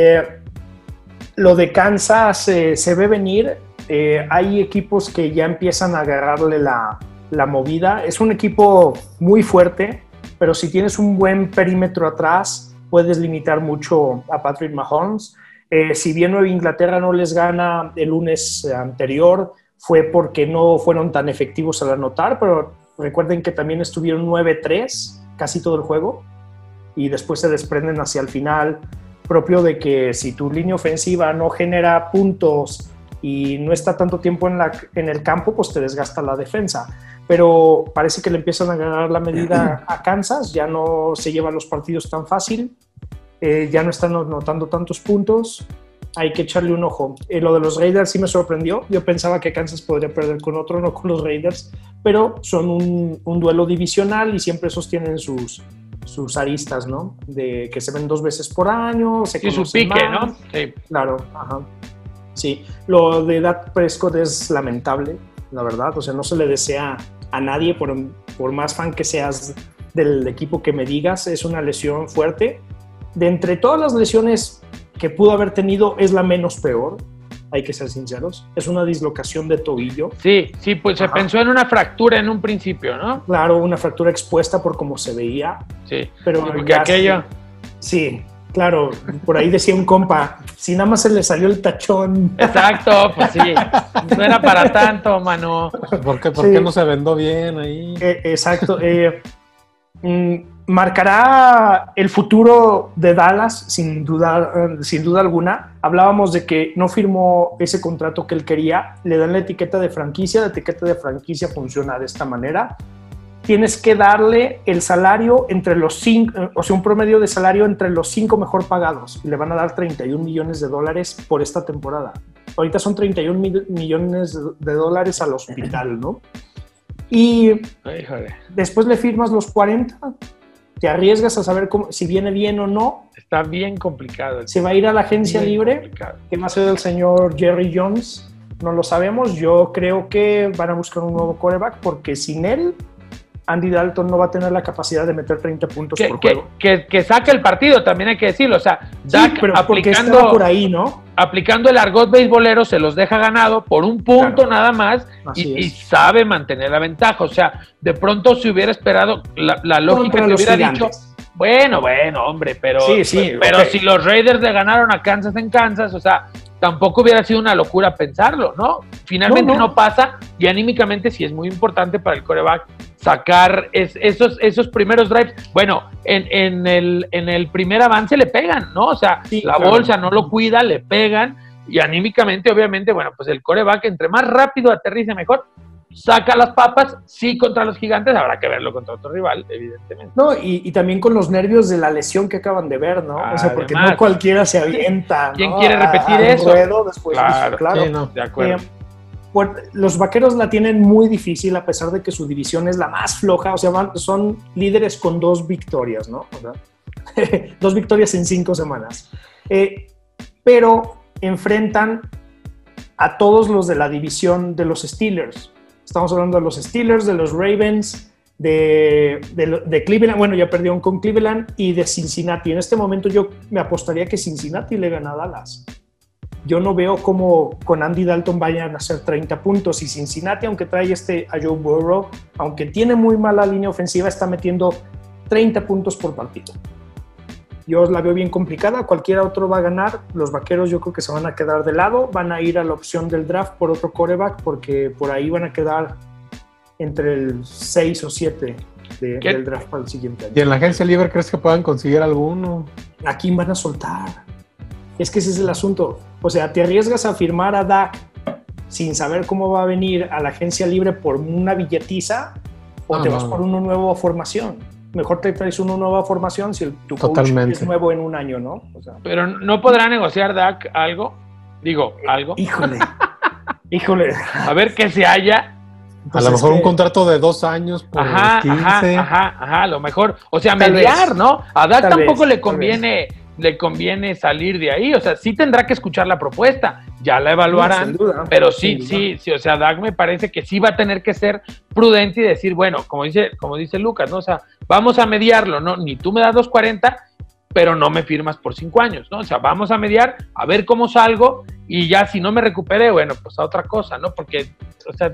Lo de Kansas se ve venir. Hay equipos que ya empiezan a agarrarle la movida. Es un equipo muy fuerte, pero si tienes un buen perímetro atrás, puedes limitar mucho a Patrick Mahomes. Si bien Nueva Inglaterra no les gana el lunes anterior, fue porque no fueron tan efectivos al anotar, pero recuerden que también estuvieron 9-3 casi todo el juego, y después se desprenden hacia el final, propio de que si tu línea ofensiva no genera puntos y no está tanto tiempo en el campo, pues te desgasta la defensa. Pero parece que le empiezan a ganar la medida a Kansas, ya no se llevan los partidos tan fácil, ya no están anotando tantos puntos, hay que echarle un ojo. Lo de los Raiders sí me sorprendió, yo pensaba que Kansas podría perder con otro, no con los Raiders, pero son un duelo divisional y siempre sostienen sus aristas, ¿no? De que se ven 2 veces por año, se conocen su pique, más. ¿no? Sí. Claro, ajá. Sí, lo de Dak Prescott es lamentable, la verdad, o sea, no se le desea a nadie, por más fan que seas del equipo que me digas, es una lesión fuerte. De entre todas las lesiones que pudo haber tenido, es la menos peor, hay que ser sinceros. Es una dislocación de tobillo. Sí, pues se pensó en una fractura en un principio, ¿no? Claro, una fractura expuesta por cómo se veía. Sí, pero sí, porque aquello... Sí, claro, por ahí decía un compa, si nada más se le salió el tachón. Exacto, pues sí, no era para tanto, mano. ¿Por qué no se vendó bien ahí? Exacto. Marcará el futuro de Dallas, sin duda alguna. Hablábamos de que no firmó ese contrato que él quería, le dan la etiqueta de franquicia. La etiqueta de franquicia funciona de esta manera. Tienes que darle el salario entre los 5, o sea, un promedio de salario entre los 5 mejor pagados. Y le van a dar $31 millones por esta temporada ahorita son 31 millones de dólares al hospital, ¿no? Y después le firmas los 40, te arriesgas a saber si viene bien o no. Está bien complicado. Se va a ir a la agencia libre, que va a ser el señor Jerry Jones, no lo sabemos. Yo creo que van a buscar un nuevo quarterback porque sin él Andy Dalton no va a tener la capacidad de meter 30 puntos por juego. Que saque el partido, también hay que decirlo. O sea, Dak, sí, pero aplicando por ahí, ¿no? Aplicando el argot beisbolero, se los deja ganado por un punto nada más y sabe mantener la ventaja. O sea, de pronto se hubiera esperado, la lógica te hubiera dicho, bueno, hombre, pero si los Raiders le ganaron a Kansas en Kansas, o sea, tampoco hubiera sido una locura pensarlo, ¿no? Finalmente no pasa y anímicamente sí es muy importante para el quarterback sacar esos primeros drives. Bueno, en el primer avance le pegan, ¿no? O sea, bolsa no lo cuida, le pegan y anímicamente, obviamente, bueno, pues el quarterback entre más rápido aterrice mejor, saca las papas. Sí, contra los Gigantes habrá que verlo contra otro rival, evidentemente. No, y también con los nervios de la lesión que acaban de ver, ¿no? Además, o sea, porque no cualquiera se avienta, ¿quién ¿no? quiere repetir eso? Ruedo después, claro. Sí, no, de acuerdo. Los Vaqueros la tienen muy difícil a pesar de que su división es la más floja. O sea, son líderes con 2 victorias, ¿no? O sea, 2 victorias en 5 semanas. Pero enfrentan a todos los de la división de los Steelers. Estamos hablando de los Steelers, de los Ravens, de Cleveland. Bueno, ya perdieron con Cleveland y de Cincinnati. En este momento yo me apostaría que Cincinnati le gana a Dallas. Yo no veo cómo con Andy Dalton vayan a hacer 30 puntos y Cincinnati, aunque trae a Joe Burrow, aunque tiene muy mala línea ofensiva, está metiendo 30 puntos por partido. Yo la veo bien complicada, cualquiera otro va a ganar. Los Vaqueros yo creo que se van a quedar de lado, van a ir a la opción del draft por otro quarterback porque por ahí van a quedar entre el 6 o 7 del draft para el siguiente año. ¿Y en la agencia libre crees que puedan conseguir alguno? ¿A quién van a soltar? Es que ese es el asunto. O sea, te arriesgas a firmar a Dak sin saber cómo va a venir a la agencia libre por una billetita o te vas por una nueva formación. Mejor te traes una nueva formación si tu coach es nuevo en un año, ¿no? O sea, pero ¿no podrá negociar Dak algo? Digo, algo. Híjole. A ver qué se halla. Pues a lo mejor un contrato de 2 años por 15. A lo mejor. O sea, mediar, ¿no? A Dak tampoco le conviene salir de ahí, o sea, sí tendrá que escuchar la propuesta, ya la evaluarán, pero sí, o sea, Dak me parece que sí va a tener que ser prudente y decir, bueno, como dice Lucas, ¿no? O sea, vamos a mediarlo, ¿no? Ni tú me das 2.40, pero no me firmas por 5 años, ¿no? O sea, vamos a mediar, a ver cómo salgo, y ya si no me recuperé, bueno, pues a otra cosa, ¿no? Porque, o sea,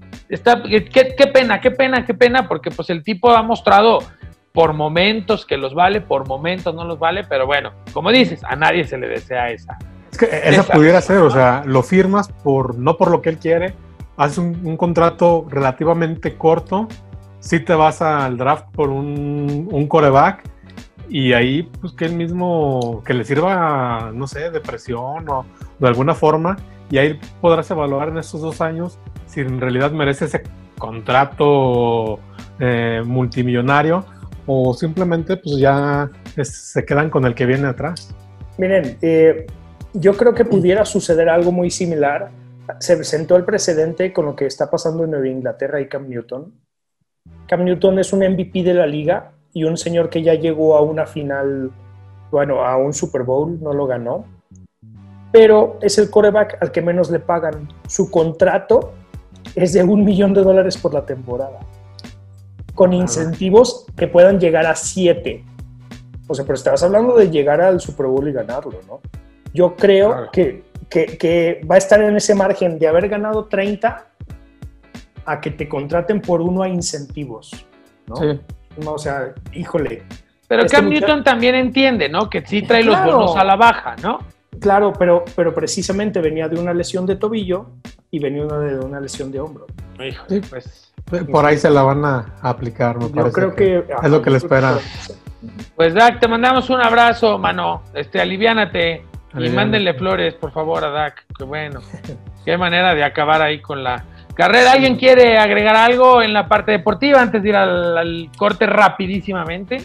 qué pena, porque pues el tipo ha mostrado por momentos que los vale, por momentos no los vale, pero bueno, como dices, a nadie se le desea esa. Es que esa pudiera ser, o sea, lo firmas no por lo que él quiere, haces un contrato relativamente corto, sí te vas al draft por un quarterback y ahí pues que él mismo, que le sirva, no sé, de presión o de alguna forma, y ahí podrás evaluar en estos 2 años si en realidad merece ese contrato multimillonario o simplemente pues ya se quedan con el que viene atrás. Miren, yo creo que pudiera suceder algo muy similar. Se sentó el precedente con lo que está pasando en Nueva Inglaterra y Cam Newton. Cam Newton es un MVP de la liga y un señor que ya llegó a una final, bueno, a un Super Bowl, no lo ganó, pero es el quarterback al que menos le pagan. Su contrato es de $1 millón por la temporada, con incentivos que puedan llegar a 7. O sea, pero estabas hablando de llegar al Super Bowl y ganarlo, ¿no? Yo creo que va a estar en ese margen de haber ganado 30 a que te contraten por 1 a incentivos, ¿no? Sí. No, o sea, híjole. Pero Cam Newton también entiende, ¿no? Que sí trae los bonos a la baja, ¿no? Claro, pero precisamente venía de una lesión de tobillo y venía de una lesión de hombro. Híjole, pues... Por ahí se la van a aplicar, me parece. Yo creo que es lo que le espera. Pues Dak, te mandamos un abrazo, mano. Aliviánate y mándenle flores, por favor, a Dak. Que bueno, qué manera de acabar ahí con la carrera. ¿Alguien quiere agregar algo en la parte deportiva antes de ir al corte rapidísimamente?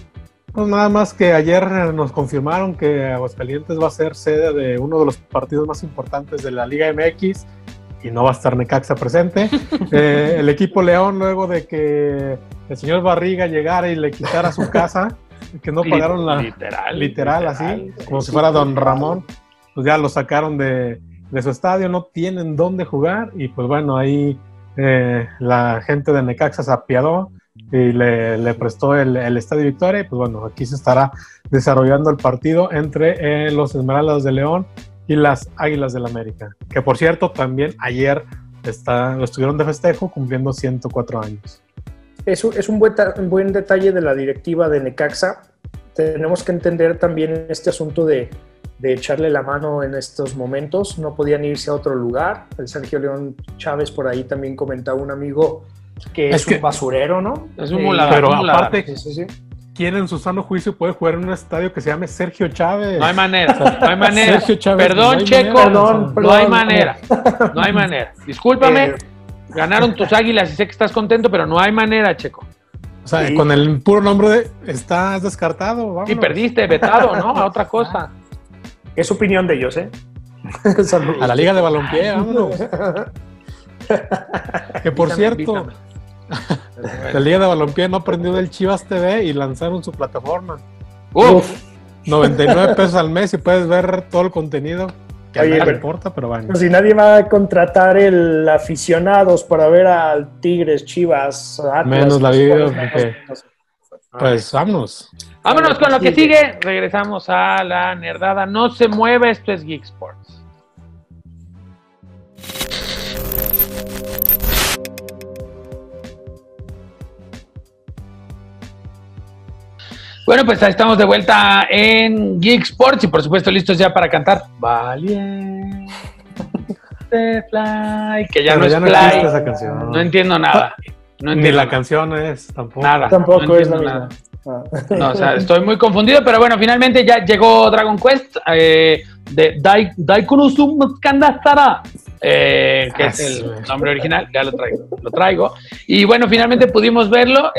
Pues nada más que ayer nos confirmaron que Aguascalientes va a ser sede de uno de los partidos más importantes de la Liga MX y no va a estar Necaxa presente. El equipo León, luego de que el señor Barriga llegara y le quitara su casa, que no pagaron la... Literal, así, como si fuera Don Ramón, pues ya lo sacaron de su estadio, no tienen dónde jugar y pues bueno, ahí la gente de Necaxa se apiadó y le prestó el Estadio Victoria y pues bueno, aquí se estará desarrollando el partido entre los Esmeraldas de León y las Águilas del América, que por cierto también ayer lo estuvieron de festejo cumpliendo 104 años. Es un buen detalle de la directiva de Necaxa. Tenemos que entender también este asunto de echarle la mano en estos momentos. No podían irse a otro lugar. El Sergio León Chávez por ahí también comentaba un amigo que es un basurero, ¿no? Es un muladar. Pero aparte, sí. ¿quién en su sano juicio puede jugar en un estadio que se llame Sergio Chávez? No hay manera, no hay manera. Sergio Chávez, Perdón, no hay Checo, manera, no hay manera. No hay manera. Discúlpame, ganaron tus Águilas y sé que estás contento, pero no hay manera, Checo. O sea, sí. Con el puro nombre estás descartado. Vámonos. Y perdiste, vetado, ¿no? A otra cosa. Es opinión de ellos, ¿eh? A la Liga de Balompié, vámonos. Que por cierto, la Liga de Balompié no aprendió del Chivas TV y lanzaron su plataforma. Uf. 99 pesos al mes y puedes ver todo el contenido. Que a nadie le importa, pero bueno. Si nadie va a contratar el aficionados para ver al Tigres, Chivas, Atlas, menos la vida, porque... Pues vámonos. Vámonos con lo que sigue. Regresamos a la nerdada. No se mueve, esto es Geek Sports. Bueno, pues estamos de vuelta en Geek Sports y por supuesto listos ya para cantar Valiente Fly, que ya pero no es Fly. Esa canción. No entiendo nada. No entiendo ni la nada. canción es tampoco. Nada. Tampoco no es la nada. misma. No, o sea, estoy muy confundido, pero bueno, finalmente ya llegó Dragon Quest de Daikunosuke Kandatsara, que es el nombre original, ya lo traigo. Y bueno, finalmente pudimos verlo.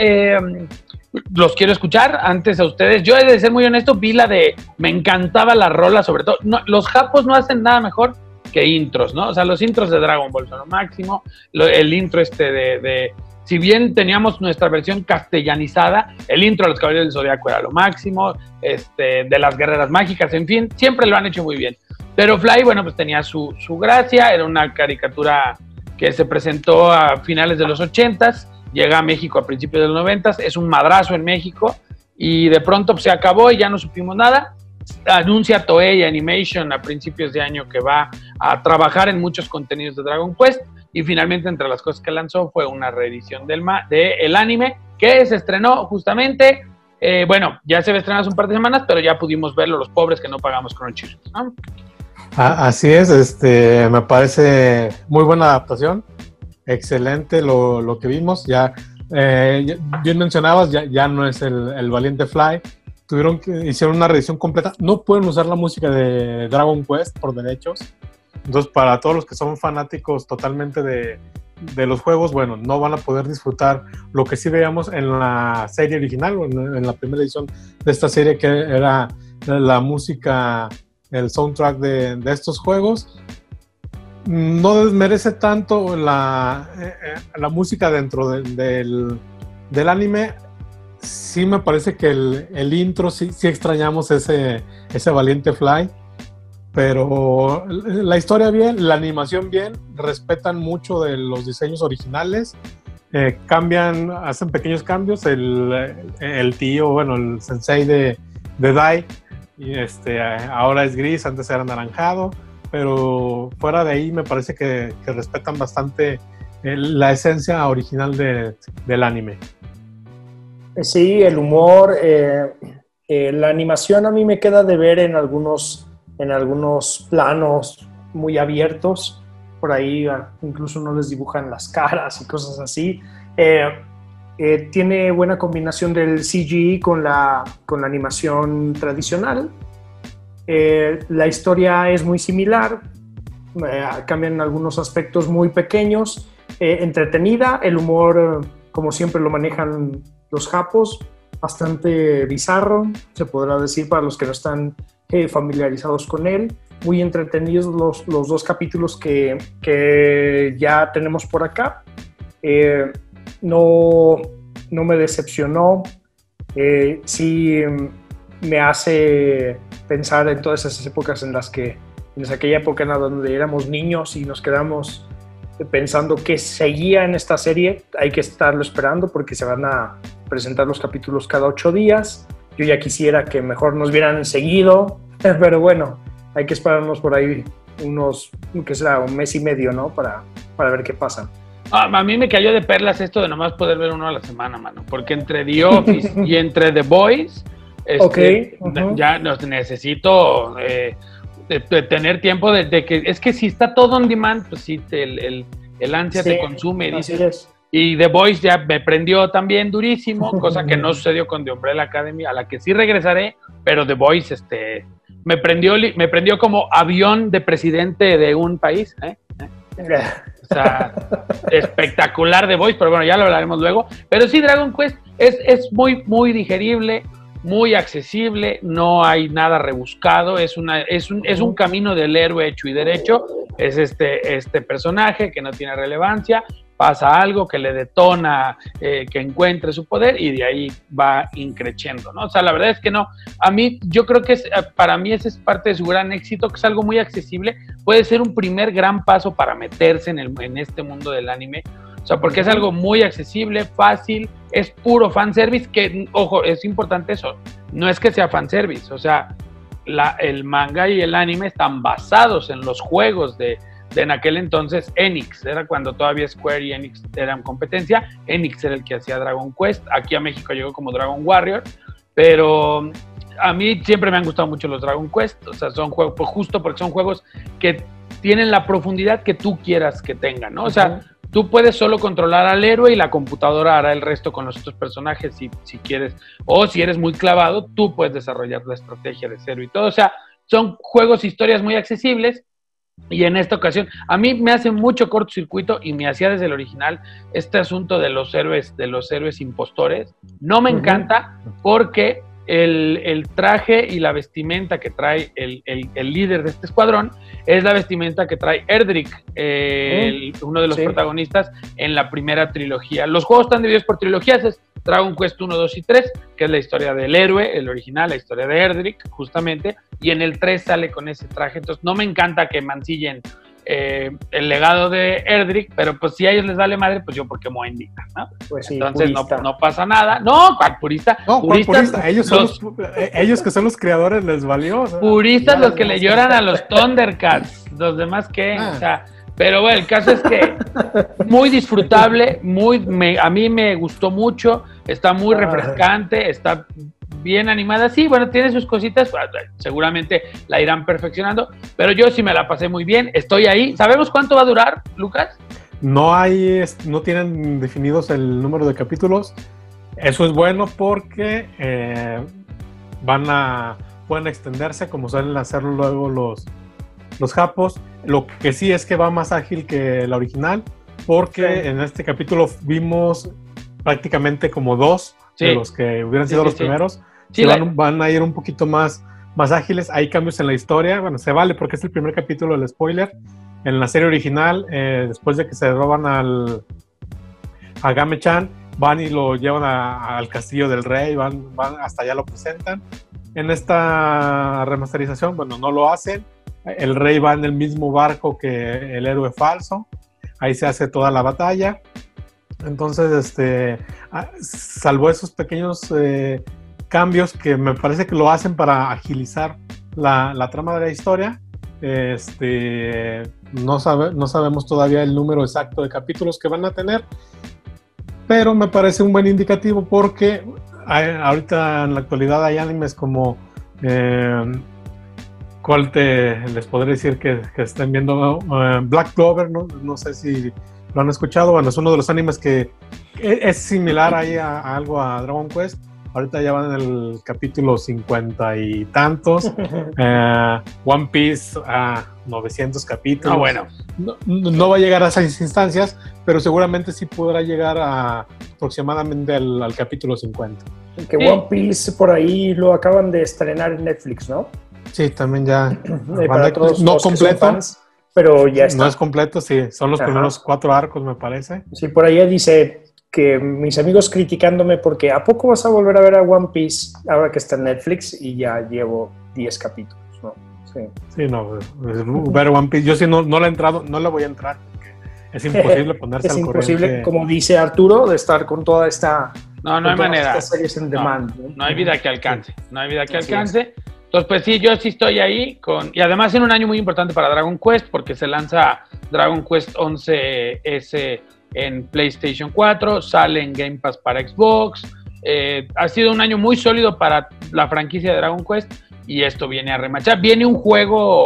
Los quiero escuchar antes a ustedes. Yo he de ser muy honesto, vi la de... Me encantaba la rola, sobre todo. No, los japos no hacen nada mejor que intros, ¿no? O sea, los intros de Dragon Ball son lo máximo. El intro de si bien teníamos nuestra versión castellanizada, el intro de los Caballeros del Zodiaco era lo máximo, de las Guerreras Mágicas, en fin, siempre lo han hecho muy bien. Pero Fly, bueno, pues tenía su gracia, era una caricatura que se presentó a finales de los 80s, llega a México a principios de los 90s, es un madrazo en México, y de pronto pues, se acabó y ya no supimos nada. Anuncia Toei Animation a principios de año que va a trabajar en muchos contenidos de Dragon Quest, y finalmente entre las cosas que lanzó fue una reedición del anime que se estrenó justamente, bueno, ya se había estrenado hace un par de semanas, pero ya pudimos verlo los pobres que no pagamos Crunchyroll, ¿no? Así es, me parece muy buena adaptación, excelente lo que vimos, ya bien mencionabas, ya no es el Valiente Fly, hicieron una reedición completa, no pueden usar la música de Dragon Quest por derechos. Entonces, para todos los que son fanáticos totalmente de los juegos, bueno, no van a poder disfrutar lo que sí veíamos en la serie original, en la primera edición de esta serie, que era la música, el soundtrack de estos juegos. No desmerece tanto la música dentro del anime. Sí me parece que el intro, sí extrañamos ese Valiente Fly. Pero la historia bien, la animación bien, respetan mucho de los diseños originales, hacen pequeños cambios, el tío, bueno, el sensei de Dai, y ahora es gris, antes era anaranjado, pero fuera de ahí me parece que respetan bastante la esencia original del anime. Sí, el humor, la animación a mí me queda de ver en algunos planos muy abiertos, por ahí incluso no les dibujan las caras y cosas así. Tiene buena combinación del CGI con la animación tradicional. La historia es muy similar, cambian algunos aspectos muy pequeños, entretenida, el humor como siempre lo manejan los japos, bastante bizarro, se podrá decir para los que no están familiarizados con él. Muy entretenidos los dos capítulos que ya tenemos por acá. No me decepcionó. Sí me hace pensar en todas esas épocas en aquella época en donde éramos niños y nos quedamos pensando qué seguía en esta serie. Hay que estarlo esperando porque se van a presentar los capítulos cada 8 días. Yo ya quisiera que mejor nos vieran seguido, pero bueno, hay que esperarnos por ahí ¿qué será? Un mes y medio, ¿no? Para ver qué pasa. A mí me cayó de perlas esto de nomás poder ver uno a la semana, mano, porque entre The Office y entre The Boys, ya necesito tener tiempo de que, es que si está todo on demand, pues sí, el ansia te consume, dices. Y The Boys ya me prendió también durísimo, cosa que no sucedió con The Umbrella Academy, a la que sí regresaré, pero The Boys me prendió como avión de presidente de un país, O sea, espectacular The Boys, pero bueno, ya lo hablaremos luego. Pero sí, Dragon Quest es muy, muy digerible, muy accesible, no hay nada rebuscado, es un camino del héroe hecho y derecho. Es este personaje que no tiene relevancia, pasa algo que le detona que encuentre su poder y de ahí va increciendo, ¿no? O sea, la verdad es que no, yo creo que para mí ese es parte de su gran éxito, que es algo muy accesible, puede ser un primer gran paso para meterse en este mundo del anime, o sea, porque es algo muy accesible, fácil, es puro fanservice, que, ojo, es importante eso, no es que sea fanservice, o sea, el manga y el anime están basados en los juegos de en aquel entonces Enix, era cuando todavía Square y Enix eran competencia. Enix era el que hacía Dragon Quest, aquí a México llegó como Dragon Warrior, pero a mí siempre me han gustado mucho los Dragon Quest, o sea, son juegos, pues justo porque son juegos que tienen la profundidad que tú quieras que tengan, ¿no? O sea, tú puedes solo controlar al héroe y la computadora hará el resto con los otros personajes si quieres, o si eres muy clavado, tú puedes desarrollar la estrategia de cero y todo, o sea, son juegos, historias muy accesibles. Y en esta ocasión, a mí me hace mucho cortocircuito y me hacía desde el original este asunto de los héroes impostores. No me encanta porque el traje y la vestimenta que trae el líder de este escuadrón es la vestimenta que trae Erdrick, uno de los protagonistas en la primera trilogía. Los juegos están divididos por trilogías, es Dragon Quest 1, 2 y 3, que es la historia del héroe, el original, la historia de Erdrick, justamente, y en el 3 sale con ese traje. Entonces no me encanta que mancillen el legado de Erdrick, pero pues si a ellos les vale madre, pues yo porque me voy a indicar, ¿no? Pues sí, entonces no pasa nada. No, ¿cuál purista? No, ¿cuál purista? Ellos que son los creadores les valió. O sea, puristas los que le lloran a los Thundercats, los demás que, o sea, pero bueno, el caso es que muy disfrutable, a mí me gustó mucho, está muy refrescante, está bien animada, sí, bueno, tiene sus cositas, seguramente la irán perfeccionando, pero yo sí me la pasé muy bien, estoy ahí. ¿Sabemos cuánto va a durar, Lucas? No tienen definidos el número de capítulos. Eso es bueno porque pueden extenderse como suelen hacerlo luego los japos. Lo que sí es que va más ágil que la original, porque en este capítulo vimos prácticamente como dos de los que hubieran sido los primeros. Sí, van a ir un poquito más ágiles. Hay cambios en la historia. Bueno, se vale porque es el primer capítulo del spoiler. En la serie original, después de que se roban a Game-chan, van y lo llevan al castillo del rey, van hasta allá, lo presentan. En esta remasterización, bueno, no lo hacen. El rey va en el mismo barco que el héroe falso. Ahí se hace toda la batalla. Entonces, salvo esos pequeños cambios que me parece que lo hacen para agilizar la trama de la historia, no sabemos todavía el número exacto de capítulos que van a tener, pero me parece un buen indicativo porque ahorita en la actualidad hay animes como ¿cuál les podré decir que estén viendo? Black Clover, no sé si lo han escuchado. Bueno, es uno de los animes que es similar ahí a algo a Dragon Quest. Ahorita ya van en el capítulo 50 y tantos. One Piece a 900 capítulos. Bueno. No va a llegar a esas instancias, pero seguramente sí podrá llegar aproximadamente al capítulo 50. Que Sí. One Piece por ahí lo acaban de estrenar en Netflix, ¿no? Sí, también ya. Para todos no los que son completo. fans, pero ya está. No es completo, sí. Son los Ajá. primeros 4 arcos, me parece. Sí, por ahí dice que mis amigos criticándome porque ¿a poco vas a volver a ver a One Piece ahora que está en Netflix? Y ya llevo 10 capítulos, ¿no? Sí. Sí, no. Ver One Piece. Yo sí no le he entrado, no le voy a entrar. Porque es imposible ponerse Es al imposible, corriente. como dice Arturo, de estar con toda esta... No hay con todas manera. estas series en demand. No hay vida que alcance. No hay vida que Así alcance. Entonces, pues sí, yo sí estoy ahí y además en un año muy importante para Dragon Quest porque se lanza Dragon Quest 11S en PlayStation 4, sale en Game Pass para Xbox. Ha sido un año muy sólido para la franquicia de Dragon Quest y esto viene a remachar. Viene un juego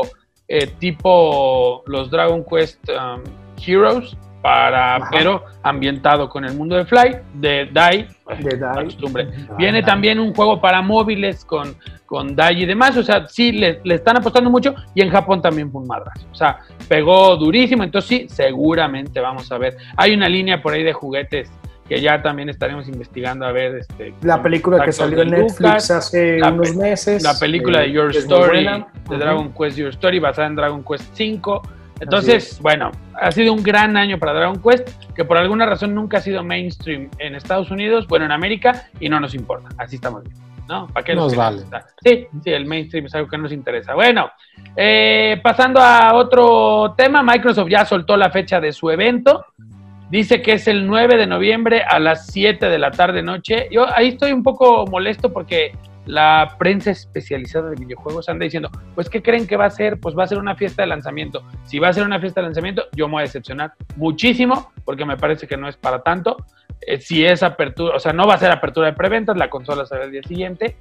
tipo los Dragon Quest Heroes, pero ambientado con el mundo de Dai. La costumbre. Viene también un juego para móviles con Dai y demás, o sea, sí, le están apostando mucho y en Japón también fue un madrazo, o sea, pegó durísimo, entonces sí, seguramente vamos a ver. Hay una línea por ahí de juguetes que ya también estaremos investigando a ver. La película que salió en Netflix hace unos meses. La película de Your Story, de Dragon Quest Your Story, basada en Dragon Quest 5. Entonces, bueno, ha sido un gran año para Dragon Quest, que por alguna razón nunca ha sido mainstream en Estados Unidos, bueno, en América, y no nos importa. Así estamos bien, ¿no? ¿Para qué nos vale? Sí, el mainstream es algo que nos interesa. Bueno, pasando a otro tema, Microsoft ya soltó la fecha de su evento. Dice que es el 9 de noviembre a las 7 de la tarde noche. Yo ahí estoy un poco molesto porque la prensa especializada de videojuegos anda diciendo, pues, ¿qué creen que va a ser? Pues va a ser una fiesta de lanzamiento. Si va a ser una fiesta de lanzamiento, yo me voy a decepcionar muchísimo porque me parece que no es para tanto. Si es apertura, o sea, no va a ser apertura de preventas, la consola sale el día siguiente.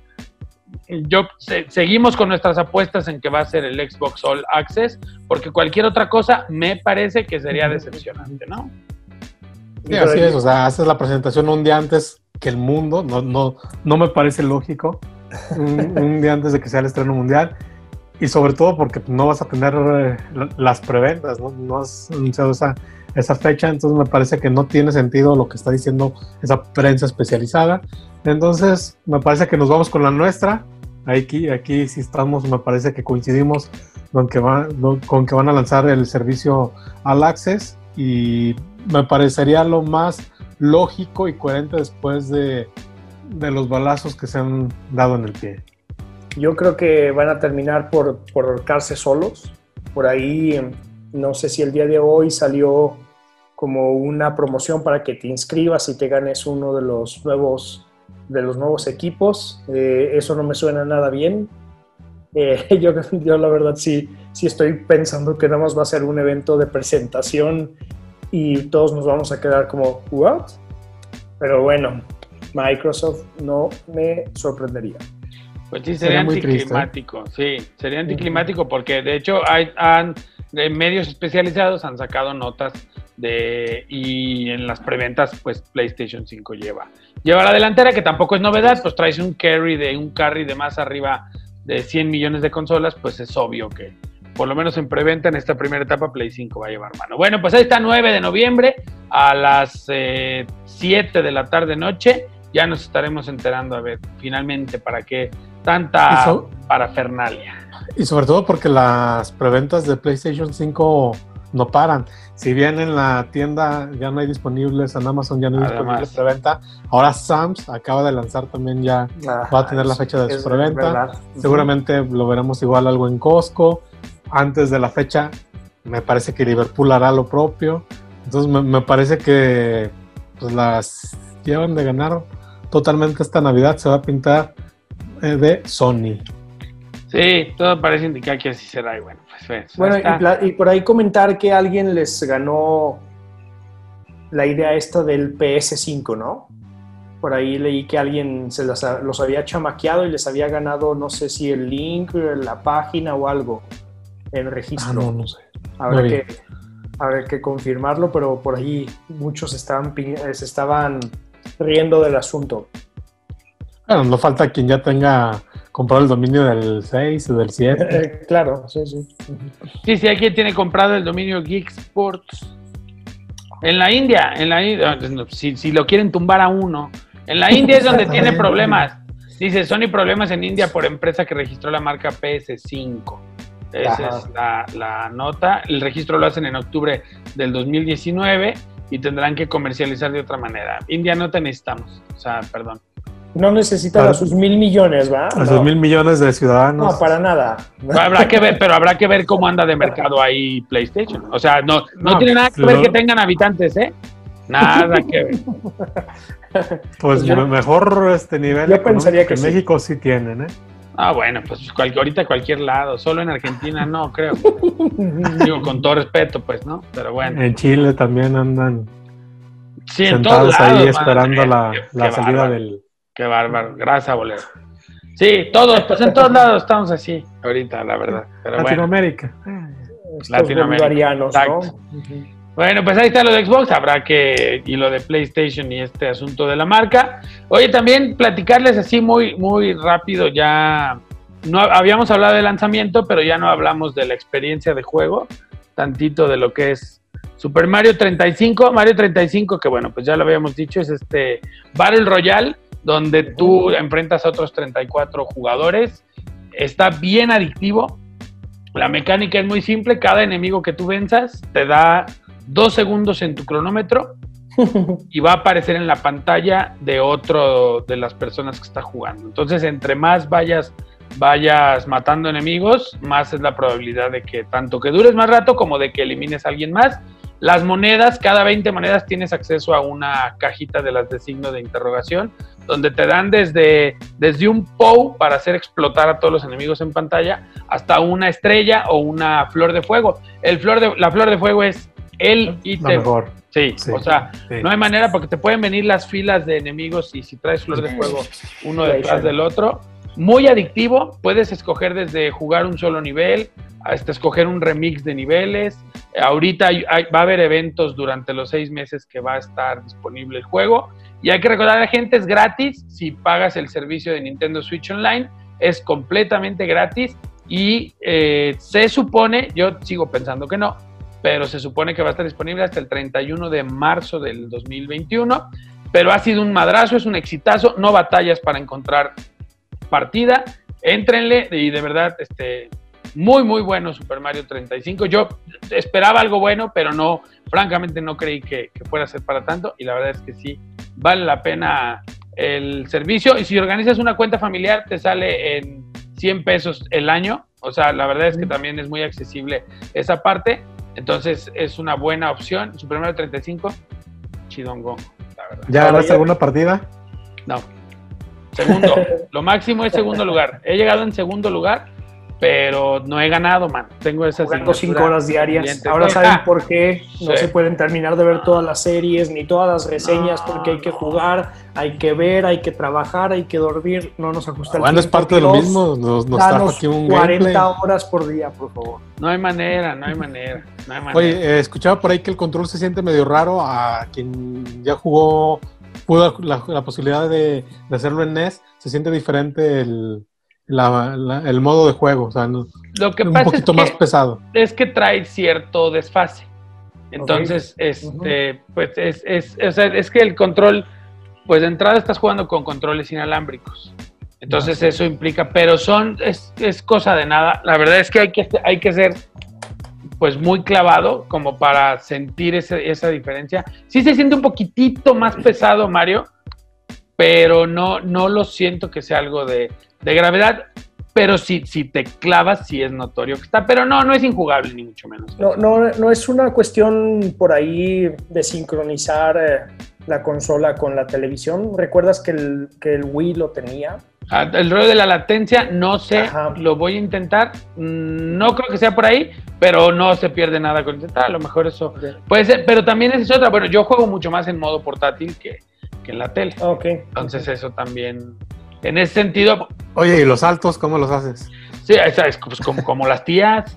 Seguimos con nuestras apuestas en que va a ser el Xbox All Access, porque cualquier otra cosa me parece que sería decepcionante, ¿no? Sí, así es, o sea, haces la presentación un día antes que el mundo, no me parece lógico, un día antes de que sea el estreno mundial, y sobre todo porque no vas a tener las preventas, no has anunciado esa fecha, entonces me parece que no tiene sentido lo que está diciendo esa prensa especializada. Entonces me parece que nos vamos con la nuestra. Aquí sí estamos, me parece que coincidimos con que van a lanzar el servicio All Access, y me parecería lo más lógico y coherente después de los balazos que se han dado en el pie. Yo creo que van a terminar por ahorcarse solos. Por ahí, no sé si el día de hoy salió como una promoción para que te inscribas y te ganes uno de los nuevos equipos. Eso no me suena nada bien. Yo la verdad sí estoy pensando que nada más va a ser un evento de presentación y todos nos vamos a quedar como ¿what? Pero bueno, Microsoft no me sorprendería. Pues sí, sería anticlimático, sí, sería anticlimático porque de hecho medios especializados han sacado notas y en las preventas pues PlayStation 5 lleva la delantera, que tampoco es novedad, pues traes un carry de más arriba de 100 millones de consolas, pues es obvio que por lo menos en preventa en esta primera etapa Play 5 va a llevar mano. Bueno, pues ahí está, 9 de noviembre a las 7 de la tarde noche, ya nos estaremos enterando a ver finalmente para qué tanta parafernalia. Y sobre todo porque las preventas de PlayStation 5 no paran. Si bien en la tienda ya no hay disponibles, en Amazon ya no hay disponible preventa, ahora Sam's acaba de lanzar también ya, va a tener la fecha de su preventa. Seguramente lo veremos igual algo en Costco. Antes de la fecha me parece que Liverpool hará lo propio. Entonces me parece que pues, las llevan de ganar totalmente esta Navidad. Se va a pintar de Sony. Sí, todo parece indicar que así será. Y bueno, y por ahí comentar que alguien les ganó la idea esta del PS5, ¿no? Por ahí leí que alguien los había chamaqueado y les había ganado, no sé si el link, la página o algo en registro. No sé. Habrá que confirmarlo, pero por ahí muchos se estaban riendo del asunto. Bueno, no falta quien ya tenga comprado el dominio del 6 o del 7. Claro, sí. Sí, hay quien tiene comprado el dominio Geek Sports. En la India, si lo quieren tumbar a uno En la India es donde tiene problemas. Dice, Sony problemas en India por empresa que registró la marca PS5. Esa es la nota. El registro lo hacen en octubre del 2019 y tendrán que comercializar de otra manera. India no te necesitamos, o sea, perdón. No necesitan a sus 1,000 millones, ¿va? A sus 1,000 millones de ciudadanos. No, para nada. Habrá que ver cómo anda de mercado ahí PlayStation. O sea, no tiene nada que ver que tengan habitantes, ¿eh? Nada que ver. Pues mejor nivel. Yo pensaría que en México sí tienen, ¿eh? Bueno, pues ahorita cualquier lado. Solo en Argentina no, creo. Digo, con todo respeto, pues, ¿no? Pero bueno. En Chile también andan sentados en todos lados, ahí esperando qué la salida bárbaro. del... Qué bárbaro. Gracias, Bolero. Sí, todos, pues en todos lados estamos así ahorita, la verdad. Pero Latinoamérica. Latinoamérica. ¿no? Bueno, pues ahí está lo de Xbox, y lo de PlayStation y este asunto de la marca. Oye, también platicarles así muy, muy rápido, ya no habíamos hablado de lanzamiento, pero ya no hablamos de la experiencia de juego, tantito de lo que es Super Mario 35. Mario 35, que bueno, pues ya lo habíamos dicho, es Battle Royale, donde tú enfrentas a otros 34 jugadores. Está bien adictivo. La mecánica es muy simple. Cada enemigo que tú venzas te da 2 segundos en tu cronómetro y va a aparecer en la pantalla de otro de las personas que está jugando. Entonces, entre más vayas matando enemigos, más es la probabilidad de que tanto que dures más rato como de que elimines a alguien más. Las monedas, cada 20 monedas tienes acceso a una cajita de las de signo de interrogación, donde te dan desde un POW para hacer explotar a todos los enemigos en pantalla, hasta una estrella o una flor de fuego. La flor de fuego es el ítem. Mejor. Sí, o sea, no hay manera, porque te pueden venir las filas de enemigos y si traes flor de fuego uno detrás del otro. Muy adictivo, puedes escoger desde jugar un solo nivel hasta escoger un remix de niveles. Ahorita va a haber eventos durante los 6 meses que va a estar disponible el juego. Y hay que recordar a la gente, es gratis. Si pagas el servicio de Nintendo Switch Online, es completamente gratis. Y se supone, yo sigo pensando que no, pero se supone que va a estar disponible hasta el 31 de marzo del 2021. Pero ha sido un madrazo, es un exitazo. No batallas para encontrar partida. Éntrenle y de verdad, muy, muy bueno Super Mario 35. Yo esperaba algo bueno, pero francamente no creí que fuera a ser para tanto, y la verdad es que sí, vale la pena el servicio, y si organizas una cuenta familiar te sale en 100 pesos el año, o sea, la verdad es que también es muy accesible esa parte, entonces es una buena opción. Super Mario 35, chidongo, la verdad. ¿Ya ganaste alguna partida? No. Segundo, lo máximo es segundo lugar. He llegado en segundo lugar, pero no he ganado, man. Tengo esas jugando 5 horas diarias. Ahora saben por qué no se pueden terminar de ver todas las series ni todas las reseñas, porque hay que jugar, hay que ver, hay que trabajar, hay que dormir. No nos ajusta el tiempo. Es parte de lo mismo. Nos trajo aquí un 40 gameplay. horas por día, por favor. No hay manera. Oye, escuchaba por ahí que el control se siente medio raro. A quien ya pudo la posibilidad de hacerlo en NES, se siente diferente el modo de juego, o sea, lo que un pasa poquito es más pesado. Es que trae cierto desfase. Entonces, pues es que el control, pues de entrada estás jugando con controles inalámbricos. Entonces eso implica, pero es cosa de nada. La verdad es que hay que ser pues muy clavado como para sentir esa diferencia. Sí se siente un poquitito más pesado, Mario, pero no lo siento que sea algo de gravedad, pero si te clavas sí es notorio que está, pero no es injugable ni mucho menos. No es una cuestión por ahí de sincronizar la consola con la televisión. ¿Recuerdas que el Wii lo tenía? El rollo de la latencia, no sé, lo voy a intentar. No creo que sea por ahí, pero no se pierde nada con intentar. A lo mejor eso puede ser, pero también es otra. Bueno, yo juego mucho más en modo portátil que en la tele. Entonces eso también, en ese sentido. Oye, ¿y los saltos cómo los haces? Sí, es pues como las tías,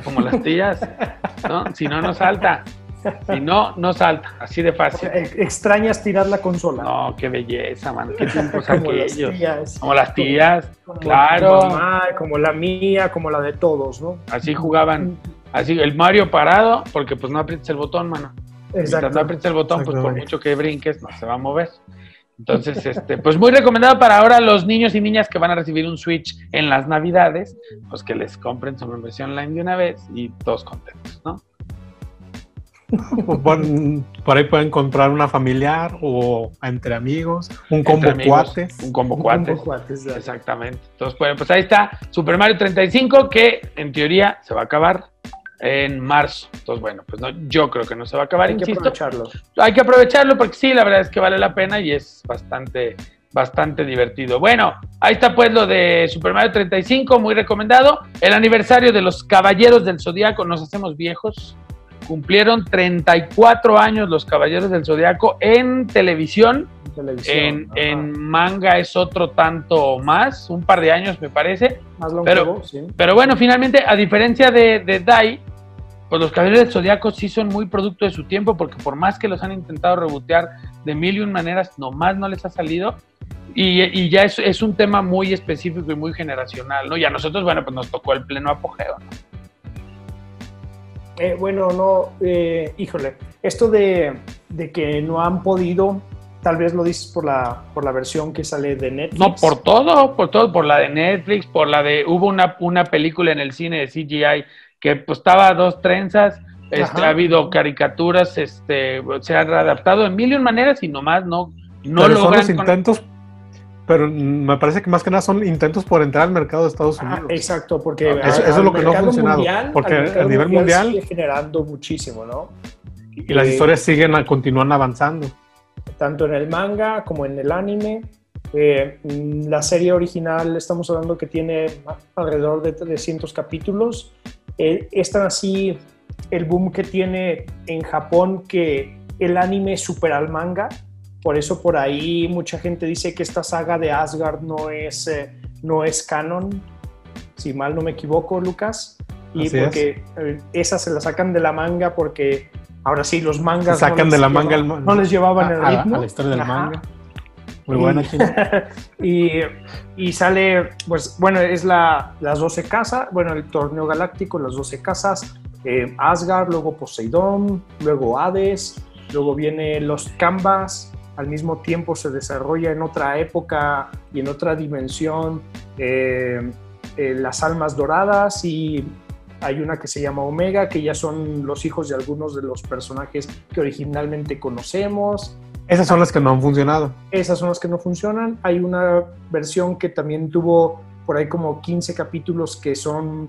¿no? Si no salta. Si no salta, así de fácil. ¿Extrañas tirar la consola? No, qué belleza, man. Qué tiempos aquellos. Como las tías, claro. Como mamá, como la mía, como la de todos, ¿no? Así jugaban. Así, el Mario parado, porque pues no aprietas el botón, mano. Exacto. Si no aprietas el botón, pues por mucho que brinques, no se va a mover. Entonces, pues muy recomendado para ahora los niños y niñas que van a recibir un Switch en las Navidades, pues que les compren su versión online de una vez y todos contentos, ¿no? Por ahí pueden comprar una familiar o entre amigos, un combo cuates. Un combo cuates, exactamente. Entonces, bueno, pues ahí está Super Mario 35, que en teoría se va a acabar en marzo. Entonces, bueno, pues no, yo creo que no se va a acabar, Hay que aprovecharlo. Hay que aprovecharlo porque sí, la verdad es que vale la pena y es bastante divertido. Bueno, ahí está pues lo de Super Mario 35, muy recomendado. El aniversario de los Caballeros del Zodiaco, nos hacemos viejos. Cumplieron 34 años los Caballeros del Zodiaco en televisión. En manga es otro tanto más, un par de años me parece. Más longevo, sí. Pero bueno, finalmente, a diferencia de Dai, pues los Caballeros del Zodiaco sí son muy producto de su tiempo, porque por más que los han intentado rebotear de mil y un maneras, nomás no les ha salido. Y ya es un tema muy específico y muy generacional, ¿no? Y a nosotros, bueno, pues nos tocó el pleno apogeo, ¿no? Híjole, esto de que no han podido, tal vez lo dices por la versión que sale de Netflix. No, por todo, por la de Netflix, hubo una película en el cine de CGI que pues estaba a dos trenzas, ha habido caricaturas, se han adaptado en mil y un maneras y nomás no logran. Son los intentos, pero me parece que más que nada son intentos por entrar al mercado de Estados Unidos. Exacto, porque eso es lo que no ha funcionado. Porque a nivel mundial sigue generando muchísimo, ¿no? Y las historias continúan avanzando. Tanto en el manga como en el anime. La serie original, estamos hablando que tiene alrededor de 300 capítulos. Es tan así el boom que tiene en Japón que el anime supera al manga. Por eso por ahí mucha gente dice que esta saga de Asgard no es canon, si mal no me equivoco, Lucas. Y así porque esa se la sacan de la manga porque ahora sí, los mangas sacan no de la manga no les llevaban el ritmo. A la historia del manga. Muy buena, y sale, pues bueno, es las 12 casas, bueno, el torneo galáctico, las 12 casas, Asgard, luego Poseidón, luego Hades, luego viene los Canvas. Al mismo tiempo se desarrolla en otra época y en otra dimensión las almas doradas, y hay una que se llama Omega, que ya son los hijos de algunos de los personajes que originalmente conocemos. Esas son las que no han funcionado. Esas son las que no funcionan. Hay una versión que también tuvo por ahí como 15 capítulos que son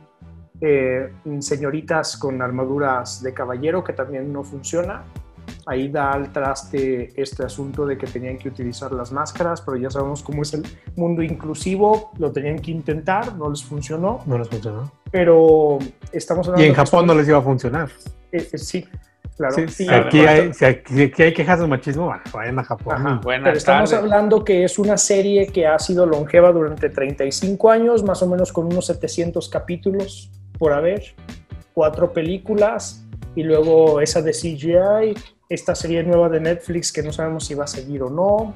señoritas con armaduras de caballero, que también no funciona. Ahí da al traste este asunto de que tenían que utilizar las máscaras, pero ya sabemos cómo es el mundo inclusivo, lo tenían que intentar, no les funcionó. No les funcionó. Pero estamos hablando... Y en Japón no les iba a funcionar. Sí, claro. Sí, si aquí hay quejas de machismo, bueno, vayan a Japón. Pero estamos hablando que es una serie que ha sido longeva durante 35 años, más o menos con unos 700 capítulos por haber, 4 películas, y luego esa de CGI, esta serie nueva de Netflix que no sabemos si va a seguir o no,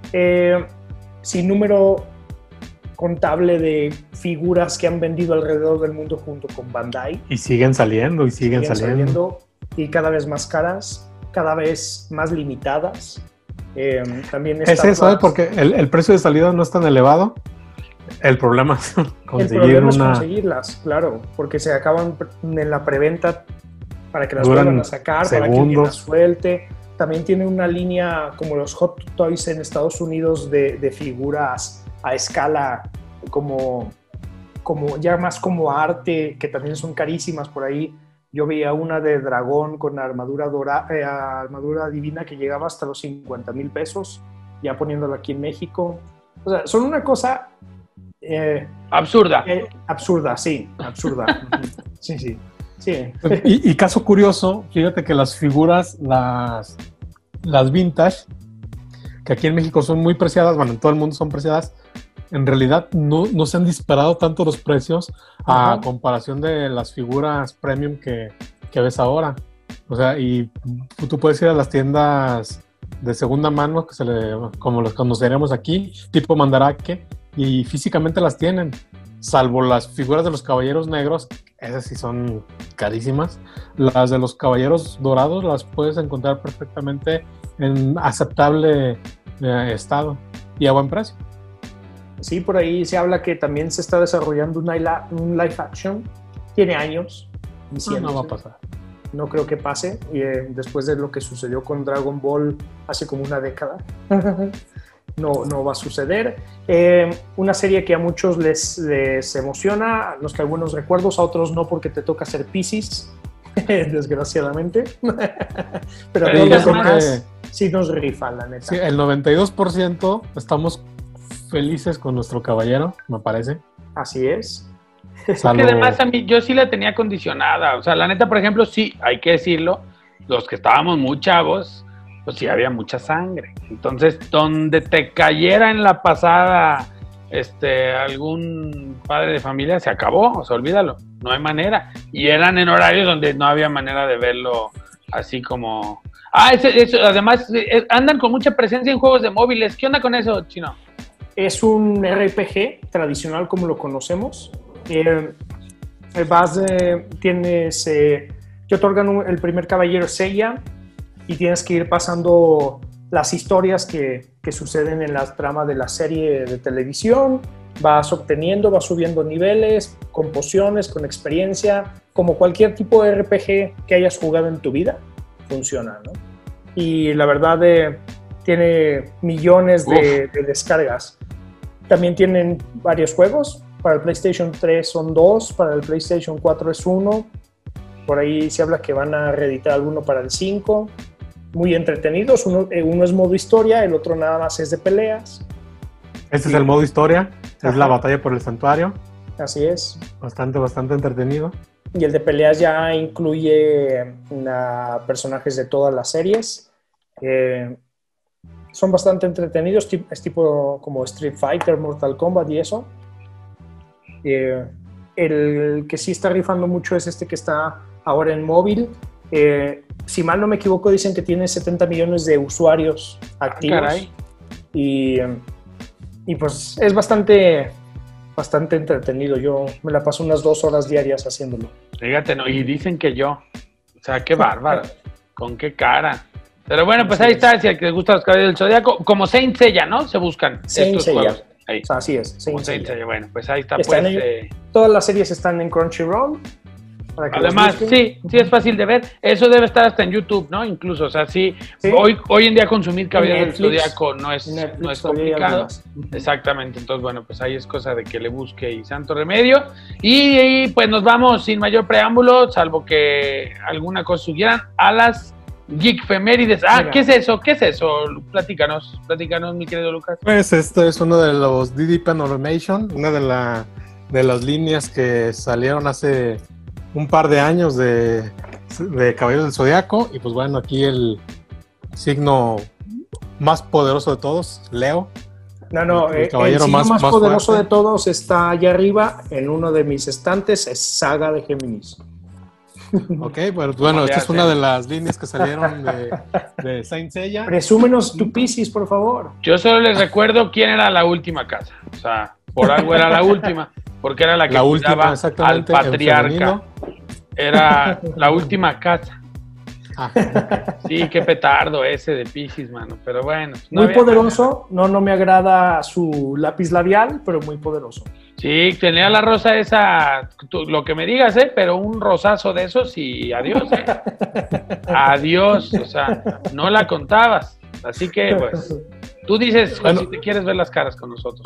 sin número contable de figuras que han vendido alrededor del mundo junto con Bandai. Y siguen saliendo, siguen saliendo. Y cada vez más caras, cada vez más limitadas. También es eso, porque el precio de salida no es tan elevado. El problema es conseguirlas, claro, porque se acaban en la preventa para que las vuelvan a sacar, segundos. Para que alguien las suelte. También tiene una línea como los Hot Toys en Estados Unidos de figuras a escala, como ya más como arte, que también son carísimas por ahí. Yo veía una de dragón con armadura divina que llegaba hasta los 50,000 pesos, ya poniéndola aquí en México. O sea, son una cosa... absurda. Absurda, sí, absurda. Sí. Y caso curioso, fíjate que las figuras, las vintage, que aquí en México son muy preciadas, bueno, en todo el mundo son preciadas, en realidad no se han disparado tanto los precios a comparación de las figuras premium que ves ahora. O sea, y tú puedes ir a las tiendas de segunda mano, como los conoceremos aquí, tipo Mandarake, y físicamente las tienen, salvo las figuras de los caballeros negros. Esas sí son carísimas. Las de los caballeros dorados las puedes encontrar perfectamente en aceptable estado y a buen precio. Sí, por ahí se habla que también se está desarrollando un live action. Tiene años. No va a pasar. No creo que pase, después de lo que sucedió con Dragon Ball hace como una década. No va a suceder. Una serie que a muchos les emociona, a los que algunos recuerdos, a otros no, porque te toca ser Piscis, desgraciadamente. Pero todos los demás sí nos rifan, la neta. Sí, el 92% estamos felices con nuestro caballero, me parece. Así es. Es que además a mí, yo sí la tenía condicionada. O sea, la neta, por ejemplo, sí, hay que decirlo, los que estábamos muy chavos, pues sí había mucha sangre. Entonces, donde te cayera en la pasada algún padre de familia, se acabó, o sea, olvídalo, no hay manera. Y eran en horarios donde no había manera de verlo así como... además, andan con mucha presencia en juegos de móviles. ¿Qué onda con eso, Chino? Es un RPG tradicional como lo conocemos. Te otorgan el primer caballero Seiya y tienes que ir pasando las historias que suceden en la trama de la serie de televisión. Vas subiendo niveles con pociones, con experiencia, como cualquier tipo de RPG que hayas jugado en tu vida, funciona, ¿no? Y la verdad tiene millones de descargas. También tienen varios juegos. Para el PlayStation 3 son 2, para el PlayStation 4 es 1. Por ahí se habla que van a reeditar alguno para el 5. Muy entretenidos. Uno es modo historia, el otro nada más es de peleas. Este es el modo historia, es la batalla por el santuario. Así es. Bastante entretenido. Y el de peleas ya incluye personajes de todas las series. Son bastante entretenidos, es tipo como Street Fighter, Mortal Kombat y eso. El que sí está rifando mucho es este que está ahora en móvil. Si mal no me equivoco, dicen que tiene 70 millones de usuarios activos. Caray. Y pues es bastante entretenido. Yo me la paso unas 2 horas diarias haciéndolo. Fíjate, ¿no? Y dicen que yo. O sea, qué bárbaro. Con qué cara. Pero bueno, pues ahí está, si al que les gusta los caballeros del Zodiaco, como Saint Seiya, ¿no? Se buscan estos juegos. Ahí. O sea, así es. Saint Seiya. Bueno, pues ahí está. Todas las series están en Crunchyroll. Además, sí es fácil de ver. Eso debe estar hasta en YouTube, ¿no? Incluso, o sea, sí. Hoy en día consumir Caballeros del Zodiaco no es complicado. Exactamente. Entonces, bueno, pues ahí es cosa de que le busque y santo remedio. Y pues nos vamos sin mayor preámbulo, salvo que alguna cosa sugieran, a las Geekfemérides. ¿Qué es eso? Platícanos, mi querido Lucas. Pues esto es uno de los DD Pen Automation, una de las líneas que salieron hace un par de años de Caballeros del Zodiaco. Y pues bueno, aquí el signo más poderoso de todos, Leo. El signo más poderoso de todos está allá arriba en uno de mis estantes, es Saga de Géminis. Ok, pues bueno, esta es una de las líneas que salieron de Saint Seiya. Presúmenos tu Piscis, por favor. Yo solo les recuerdo quién era la última casa. O sea, por algo era la última, porque era la que cuidaba al patriarca. Era la última casa. Sí, qué petardo ese de Piscis, mano. Pero bueno. Muy poderoso. No me agrada su lápiz labial, pero muy poderoso. Sí, tenía la rosa esa, lo que me digas, pero un rosazo de esos y adiós, Adiós, o sea, no la contabas. Así que, pues, tú dices si te quieres ver las caras con nosotros.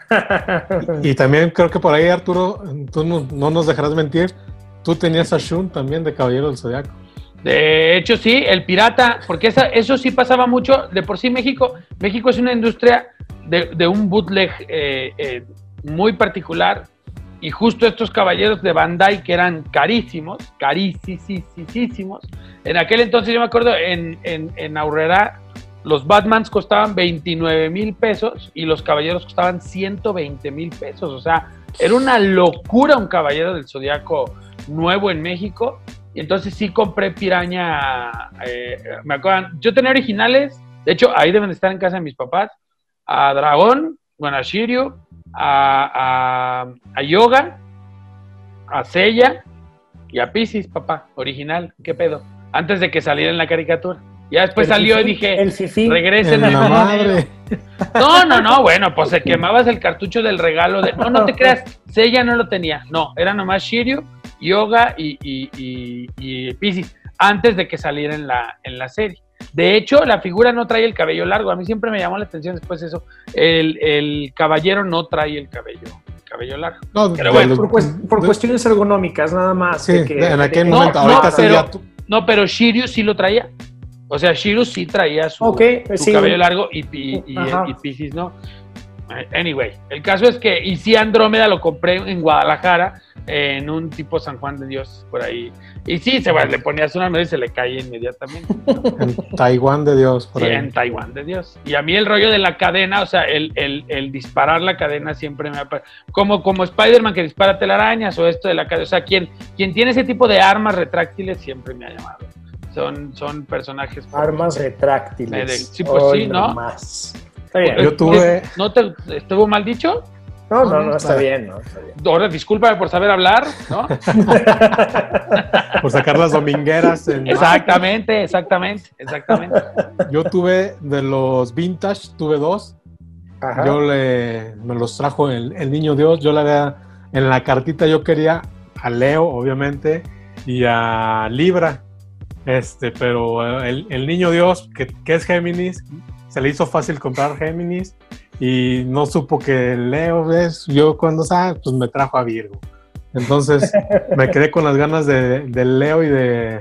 Y también creo que por ahí, Arturo, tú no nos dejarás mentir, tú tenías a Shun también de Caballero del Zodiaco. De hecho, sí, el pirata, porque eso sí pasaba mucho. De por sí México es una industria de un bootleg muy particular, y justo estos caballeros de Bandai que eran carísimos, en aquel entonces yo me acuerdo en Aurrera los Batmans costaban 29,000 pesos y los caballeros costaban 120,000 pesos, o sea, era una locura un Caballero del Zodiaco nuevo en México. Y entonces sí compré Piraña, me acuerdo, yo tenía originales, de hecho ahí deben de estar en casa de mis papás, a Dragón, bueno, a Shiryu, a Yoga, a Seiya y a Piscis, papá, original, ¿qué pedo? Antes de que saliera en la caricatura. Ya después salió y dije, el fifí. regresen En la a madre. No, bueno, pues se quemabas el cartucho del regalo de... No te creas, Seiya no lo tenía. No, era nomás Shiryu, Yoga y Piscis, antes de que saliera en la serie. De hecho, la figura no trae el cabello largo. A mí siempre me llamó la atención después eso. El caballero no trae el cabello largo. No, Pero bueno, por cuestiones ergonómicas, nada más. Sí, en aquel momento, ahorita sí ya... No, pero Shiryu sí lo traía. O sea, Shiryu sí traía su sí. cabello largo y Piscis no. Anyway, el caso es que, y sí, Andrómeda lo compré en Guadalajara, en un tipo San Juan de Dios, por ahí. Y sí, le ponías una nuez y se le caía inmediatamente. En Taiwán de Dios, por sí, ahí. en Taiwán de Dios. Y a mí el rollo de la cadena, o sea, el disparar la cadena siempre me ha parecido. Como Spider-Man que dispara telarañas o esto de la cadena. O sea, quien tiene ese tipo de armas retráctiles siempre me ha llamado. Son personajes. Armas retráctiles. Sí, pues sí, ¿no? Más. Yo tuve... ¿No te estuvo mal dicho? No, está bien. Ahora, discúlpame por saber hablar, ¿no? Por sacar las domingueras. Exactamente. Yo tuve de los vintage, tuve 2. Ajá. Me los trajo el Niño Dios. Yo en la cartita yo quería a Leo, obviamente, y a Libra. Pero el Niño Dios, que es Géminis, se le hizo fácil comprar Géminis y no supo que Leo, ¿ves? Yo cuando pues me trajo a Virgo. Entonces me quedé con las ganas de Leo y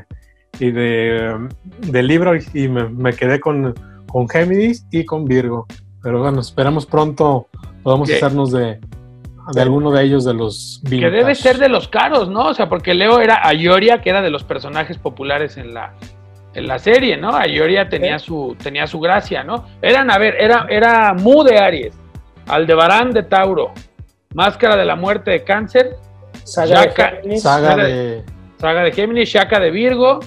de Libra y me quedé con Géminis y con Virgo. Pero bueno, esperamos pronto podamos hacernos de alguno de ellos de los vintage. Que debe ser de los caros, ¿no? O sea, porque Leo era Ayoria, que era de los personajes populares en la serie, ¿no? Ayoria tenía su gracia, ¿no? Era Mu de Aries, Aldebarán de Tauro, Máscara de la Muerte de Cáncer, Saga de Géminis, Shaka de Virgo,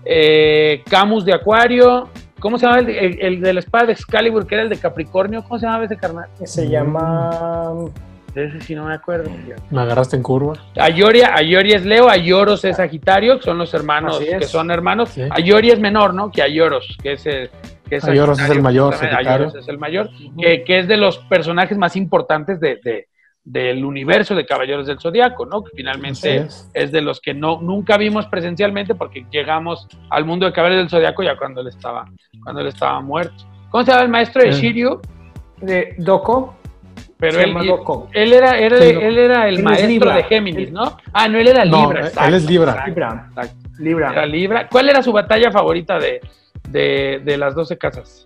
Camus de Acuario. ¿Cómo se llama el de la espada de Excalibur, que era el de Capricornio? ¿Cómo se llamaba ese carnal? Se llama... Ese sí no me acuerdo. Me agarraste en curva. Ayoria es Leo, Ayoros es Sagitario, que son los hermanos, que son hermanos. Sí. Ayoria es menor, ¿no? Que Ayoros, que es Ayoros es el mayor, Ayoros es el mayor, que es de los personajes más importantes del universo de Caballeros del Zodiaco, ¿no? Que finalmente es de los que nunca vimos presencialmente porque llegamos al mundo de Caballeros del Zodiaco ya cuando él estaba muerto. ¿Cómo se llama el maestro de Shiryu? De Doko. Pero él era el maestro de Géminis, ¿no? Ah, no, él era Libra. No, él es Libra. Libra. Era Libra. ¿Cuál era su batalla favorita de las 12 casas?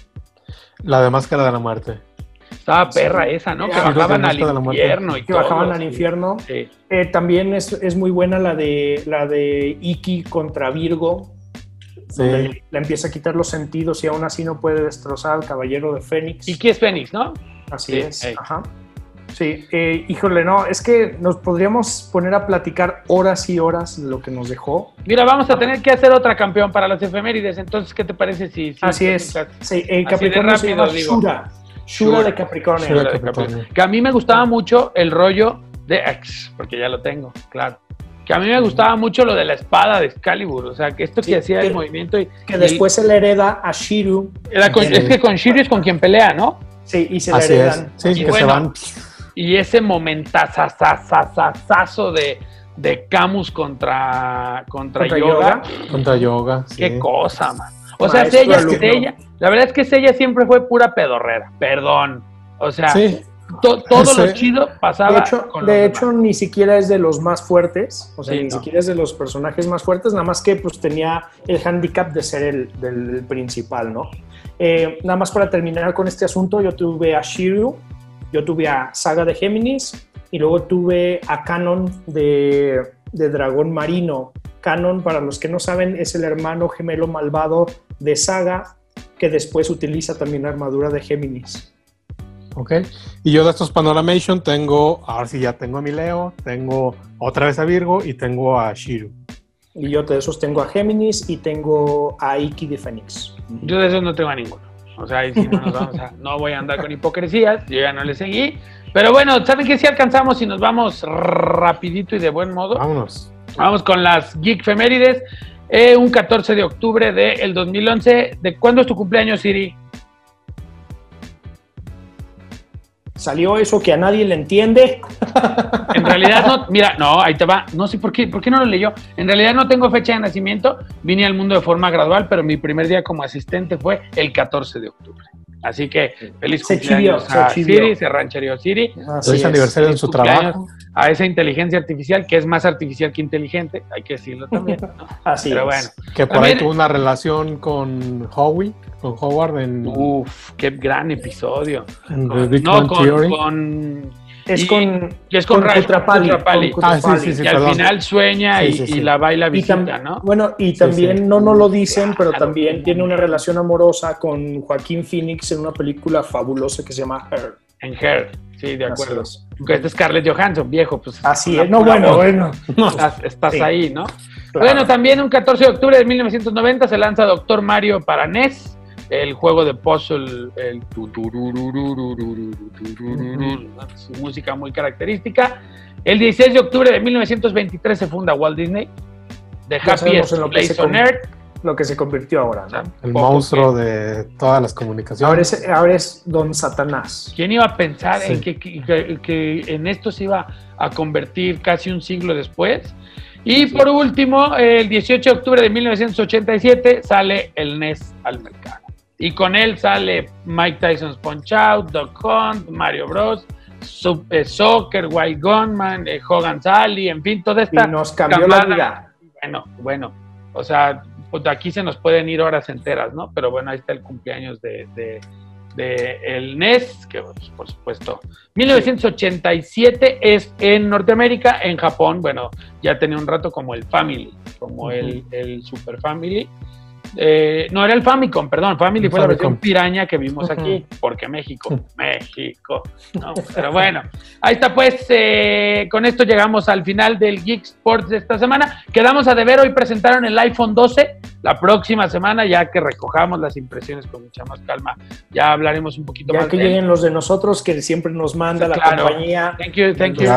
La de Máscara de la Muerte. Estaba perra esa, ¿no? Que bajaban al infierno y todo. Que bajaban al infierno. Sí. También es muy buena la de Iki contra Virgo. Sí. Le empieza a quitar los sentidos y aún así no puede destrozar al Caballero de Fénix. Iki es Fénix, ¿no? Así es. Ajá. Sí, híjole, no, es que nos podríamos poner a platicar horas y horas de lo que nos dejó. Mira, vamos a tener que hacer otra campeón para las efemérides, entonces, ¿qué te parece si así es. Sí, Capricornio se llama Shura de Capricornio. Que a mí me gustaba mucho el rollo de X, porque ya lo tengo, claro. Que a mí me gustaba mucho lo de la espada de Excalibur, o sea, que esto que hacía el movimiento que después se le hereda a Shiryu. Es que con Shiryu es con quien pelea, ¿no? Sí, y se le heredan. Sí, que se van. Y ese momentazazazazo de Camus contra Yoga. Contra Yoga, sí. Qué cosa, man. O sea, Seiya, la verdad es que Seiya siempre fue pura pedorrera, perdón. O sea, todo lo chido pasaba. De hecho, ni siquiera es de los más fuertes, o sea, siquiera es de los personajes más fuertes, nada más que pues tenía el hándicap de ser el principal, ¿no? Nada más para terminar con este asunto, yo tuve a Shiryu, yo tuve a Saga de Géminis y luego tuve a Kanon de Dragón Marino. Kanon, para los que no saben, es el hermano gemelo malvado de Saga, que después utiliza también la armadura de Géminis. Ok, y yo de estos Panoramation ahora sí ya tengo a mi Leo, tengo otra vez a Virgo y tengo a Shiryu. Y yo de esos tengo a Géminis y tengo a Iki de Fénix. Yo de esos no tengo a ninguno. O sea, ahí sí no voy a andar con hipocresías, yo ya no le seguí. Pero bueno, ¿saben qué? Si alcanzamos y nos vamos rapidito y de buen modo. Vámonos. Vamos con las Geek Femérides. un 14 de octubre del 2011. ¿De cuándo es tu cumpleaños, Siri? Salió eso que a nadie le entiende. En realidad no, mira, no, ahí te va. No sé por qué no lo leyó. En realidad no tengo fecha de nacimiento. Vine al mundo de forma gradual, pero mi primer día como asistente fue el 14 de octubre. Así que feliz cumpleaños a Siri, se ranchereó Siri. Feliz aniversario en su trabajo. A esa inteligencia artificial, que es más artificial que inteligente, hay que decirlo también, ¿no? Así pero es. Bueno. Que por ahí tuvo una relación con Howie, con Howard en... Uf, qué gran episodio. En The Big Bang Theory. Es con Raj Kutrapali. Sí, que al final sueña y la baila visita, ¿no? Bueno, y también no lo dicen, pero también tiene una relación amorosa con Joaquín Phoenix en una película fabulosa que se llama Her. En Her, sí, de acuerdo. Este es Scarlett Johansson, viejo, pues. Así es, bueno. Estás sí, ahí, ¿no? Claro. Bueno, también un 14 de octubre de 1990 se lanza Doctor Mario para NES, el juego de puzzle, su música muy característica. El 16 de octubre de 1923 se funda Walt Disney, The Happiest Place on Earth. Lo que se convirtió ahora, ¿no? El monstruo de todas las comunicaciones. Ahora es Don Satanás. ¿Quién iba a pensar en que en esto se iba a convertir casi un siglo después? Y por último, el 18 de octubre de 1987 sale el NES al mercado. Y con él sale Mike Tyson's Punch-Out, Duck Hunt, Mario Bros, Soccer, Wild Gunman, Hogan's Alley, en fin, toda esta... Y nos cambió la vida. Bueno, o sea, pues aquí se nos pueden ir horas enteras, ¿no? Pero bueno, ahí está el cumpleaños de el NES, que pues, por supuesto, 1987 es en Norteamérica, en Japón, bueno, ya tenía un rato como el Family, como el Super Family. No, era el Famicom, perdón, Family fue la versión piraña que vimos aquí, porque México, ¿no? Pero bueno, ahí está pues, con esto llegamos al final del Geek Sports de esta semana. Quedamos a deber, hoy presentaron el iPhone 12, la próxima semana, ya que recojamos las impresiones con mucha más calma, ya hablaremos un poquito más. Ya que lleguen los de nosotros, que siempre nos manda la compañía. Thank you.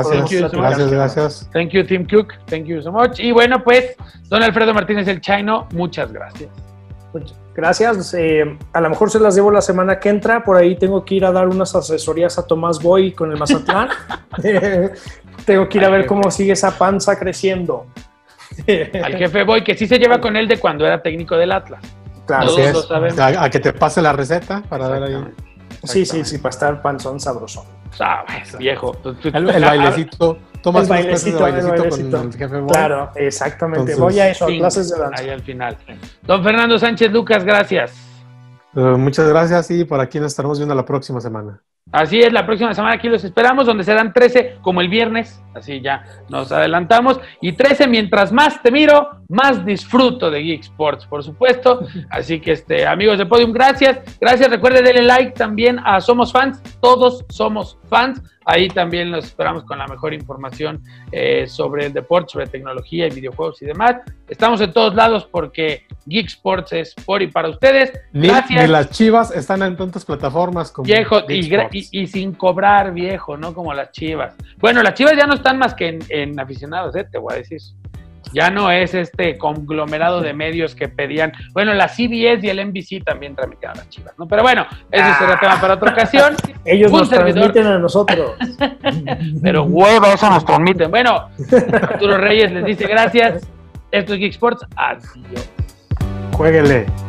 Gracias. Thank you, Tim Cook, thank you so much. Y bueno, pues, don Alfredo Martínez el Chino, muchas gracias. Gracias, a lo mejor se las llevo la semana que entra, por ahí tengo que ir a dar unas asesorías a Tomás Boy con el Mazatlán. Tengo que ir a ver cómo sigue esa panza creciendo. Al jefe Boy, que sí se lleva con él de cuando era técnico del Atlas. Claro, así es. A que te pase la receta para ver ahí. Sí, para estar panzón sabrosón. Viejo. El bailecito. Tomas el bailecito con el jefe Boy. Claro, exactamente. Entonces, voy a eso, a clases de danza. Ahí al final. Don Fernando Sánchez Lucas, gracias. Muchas gracias y por aquí nos estaremos viendo la próxima semana. Así es, la próxima semana aquí los esperamos, donde serán 13 como el viernes, así ya nos adelantamos, y 13 mientras más te miro, más disfruto de Geek Sports, por supuesto. Así que amigos de Podium, gracias, recuerden darle like también a Somos Fans, todos somos fans, ahí también los esperamos con la mejor información sobre el deporte, sobre tecnología y videojuegos y demás. Estamos en todos lados porque Geek Sports es por y para ustedes. Gracias. Ni las Chivas están en tantas plataformas como viejo, y sin cobrar, viejo, no como las Chivas. Bueno, las Chivas ya no están más que en aficionados, te voy a decir. Ya no es este conglomerado de medios que pedían. Bueno, la CBS y el NBC también tramitaron las Chivas, ¿no? Pero bueno, eso será tema para otra ocasión. Ellos nos transmiten a nosotros. Pero hueva, eso nos transmiten. Bueno, Arturo Reyes les dice gracias. Esto es Geek Sports. Adiós. Juéguele.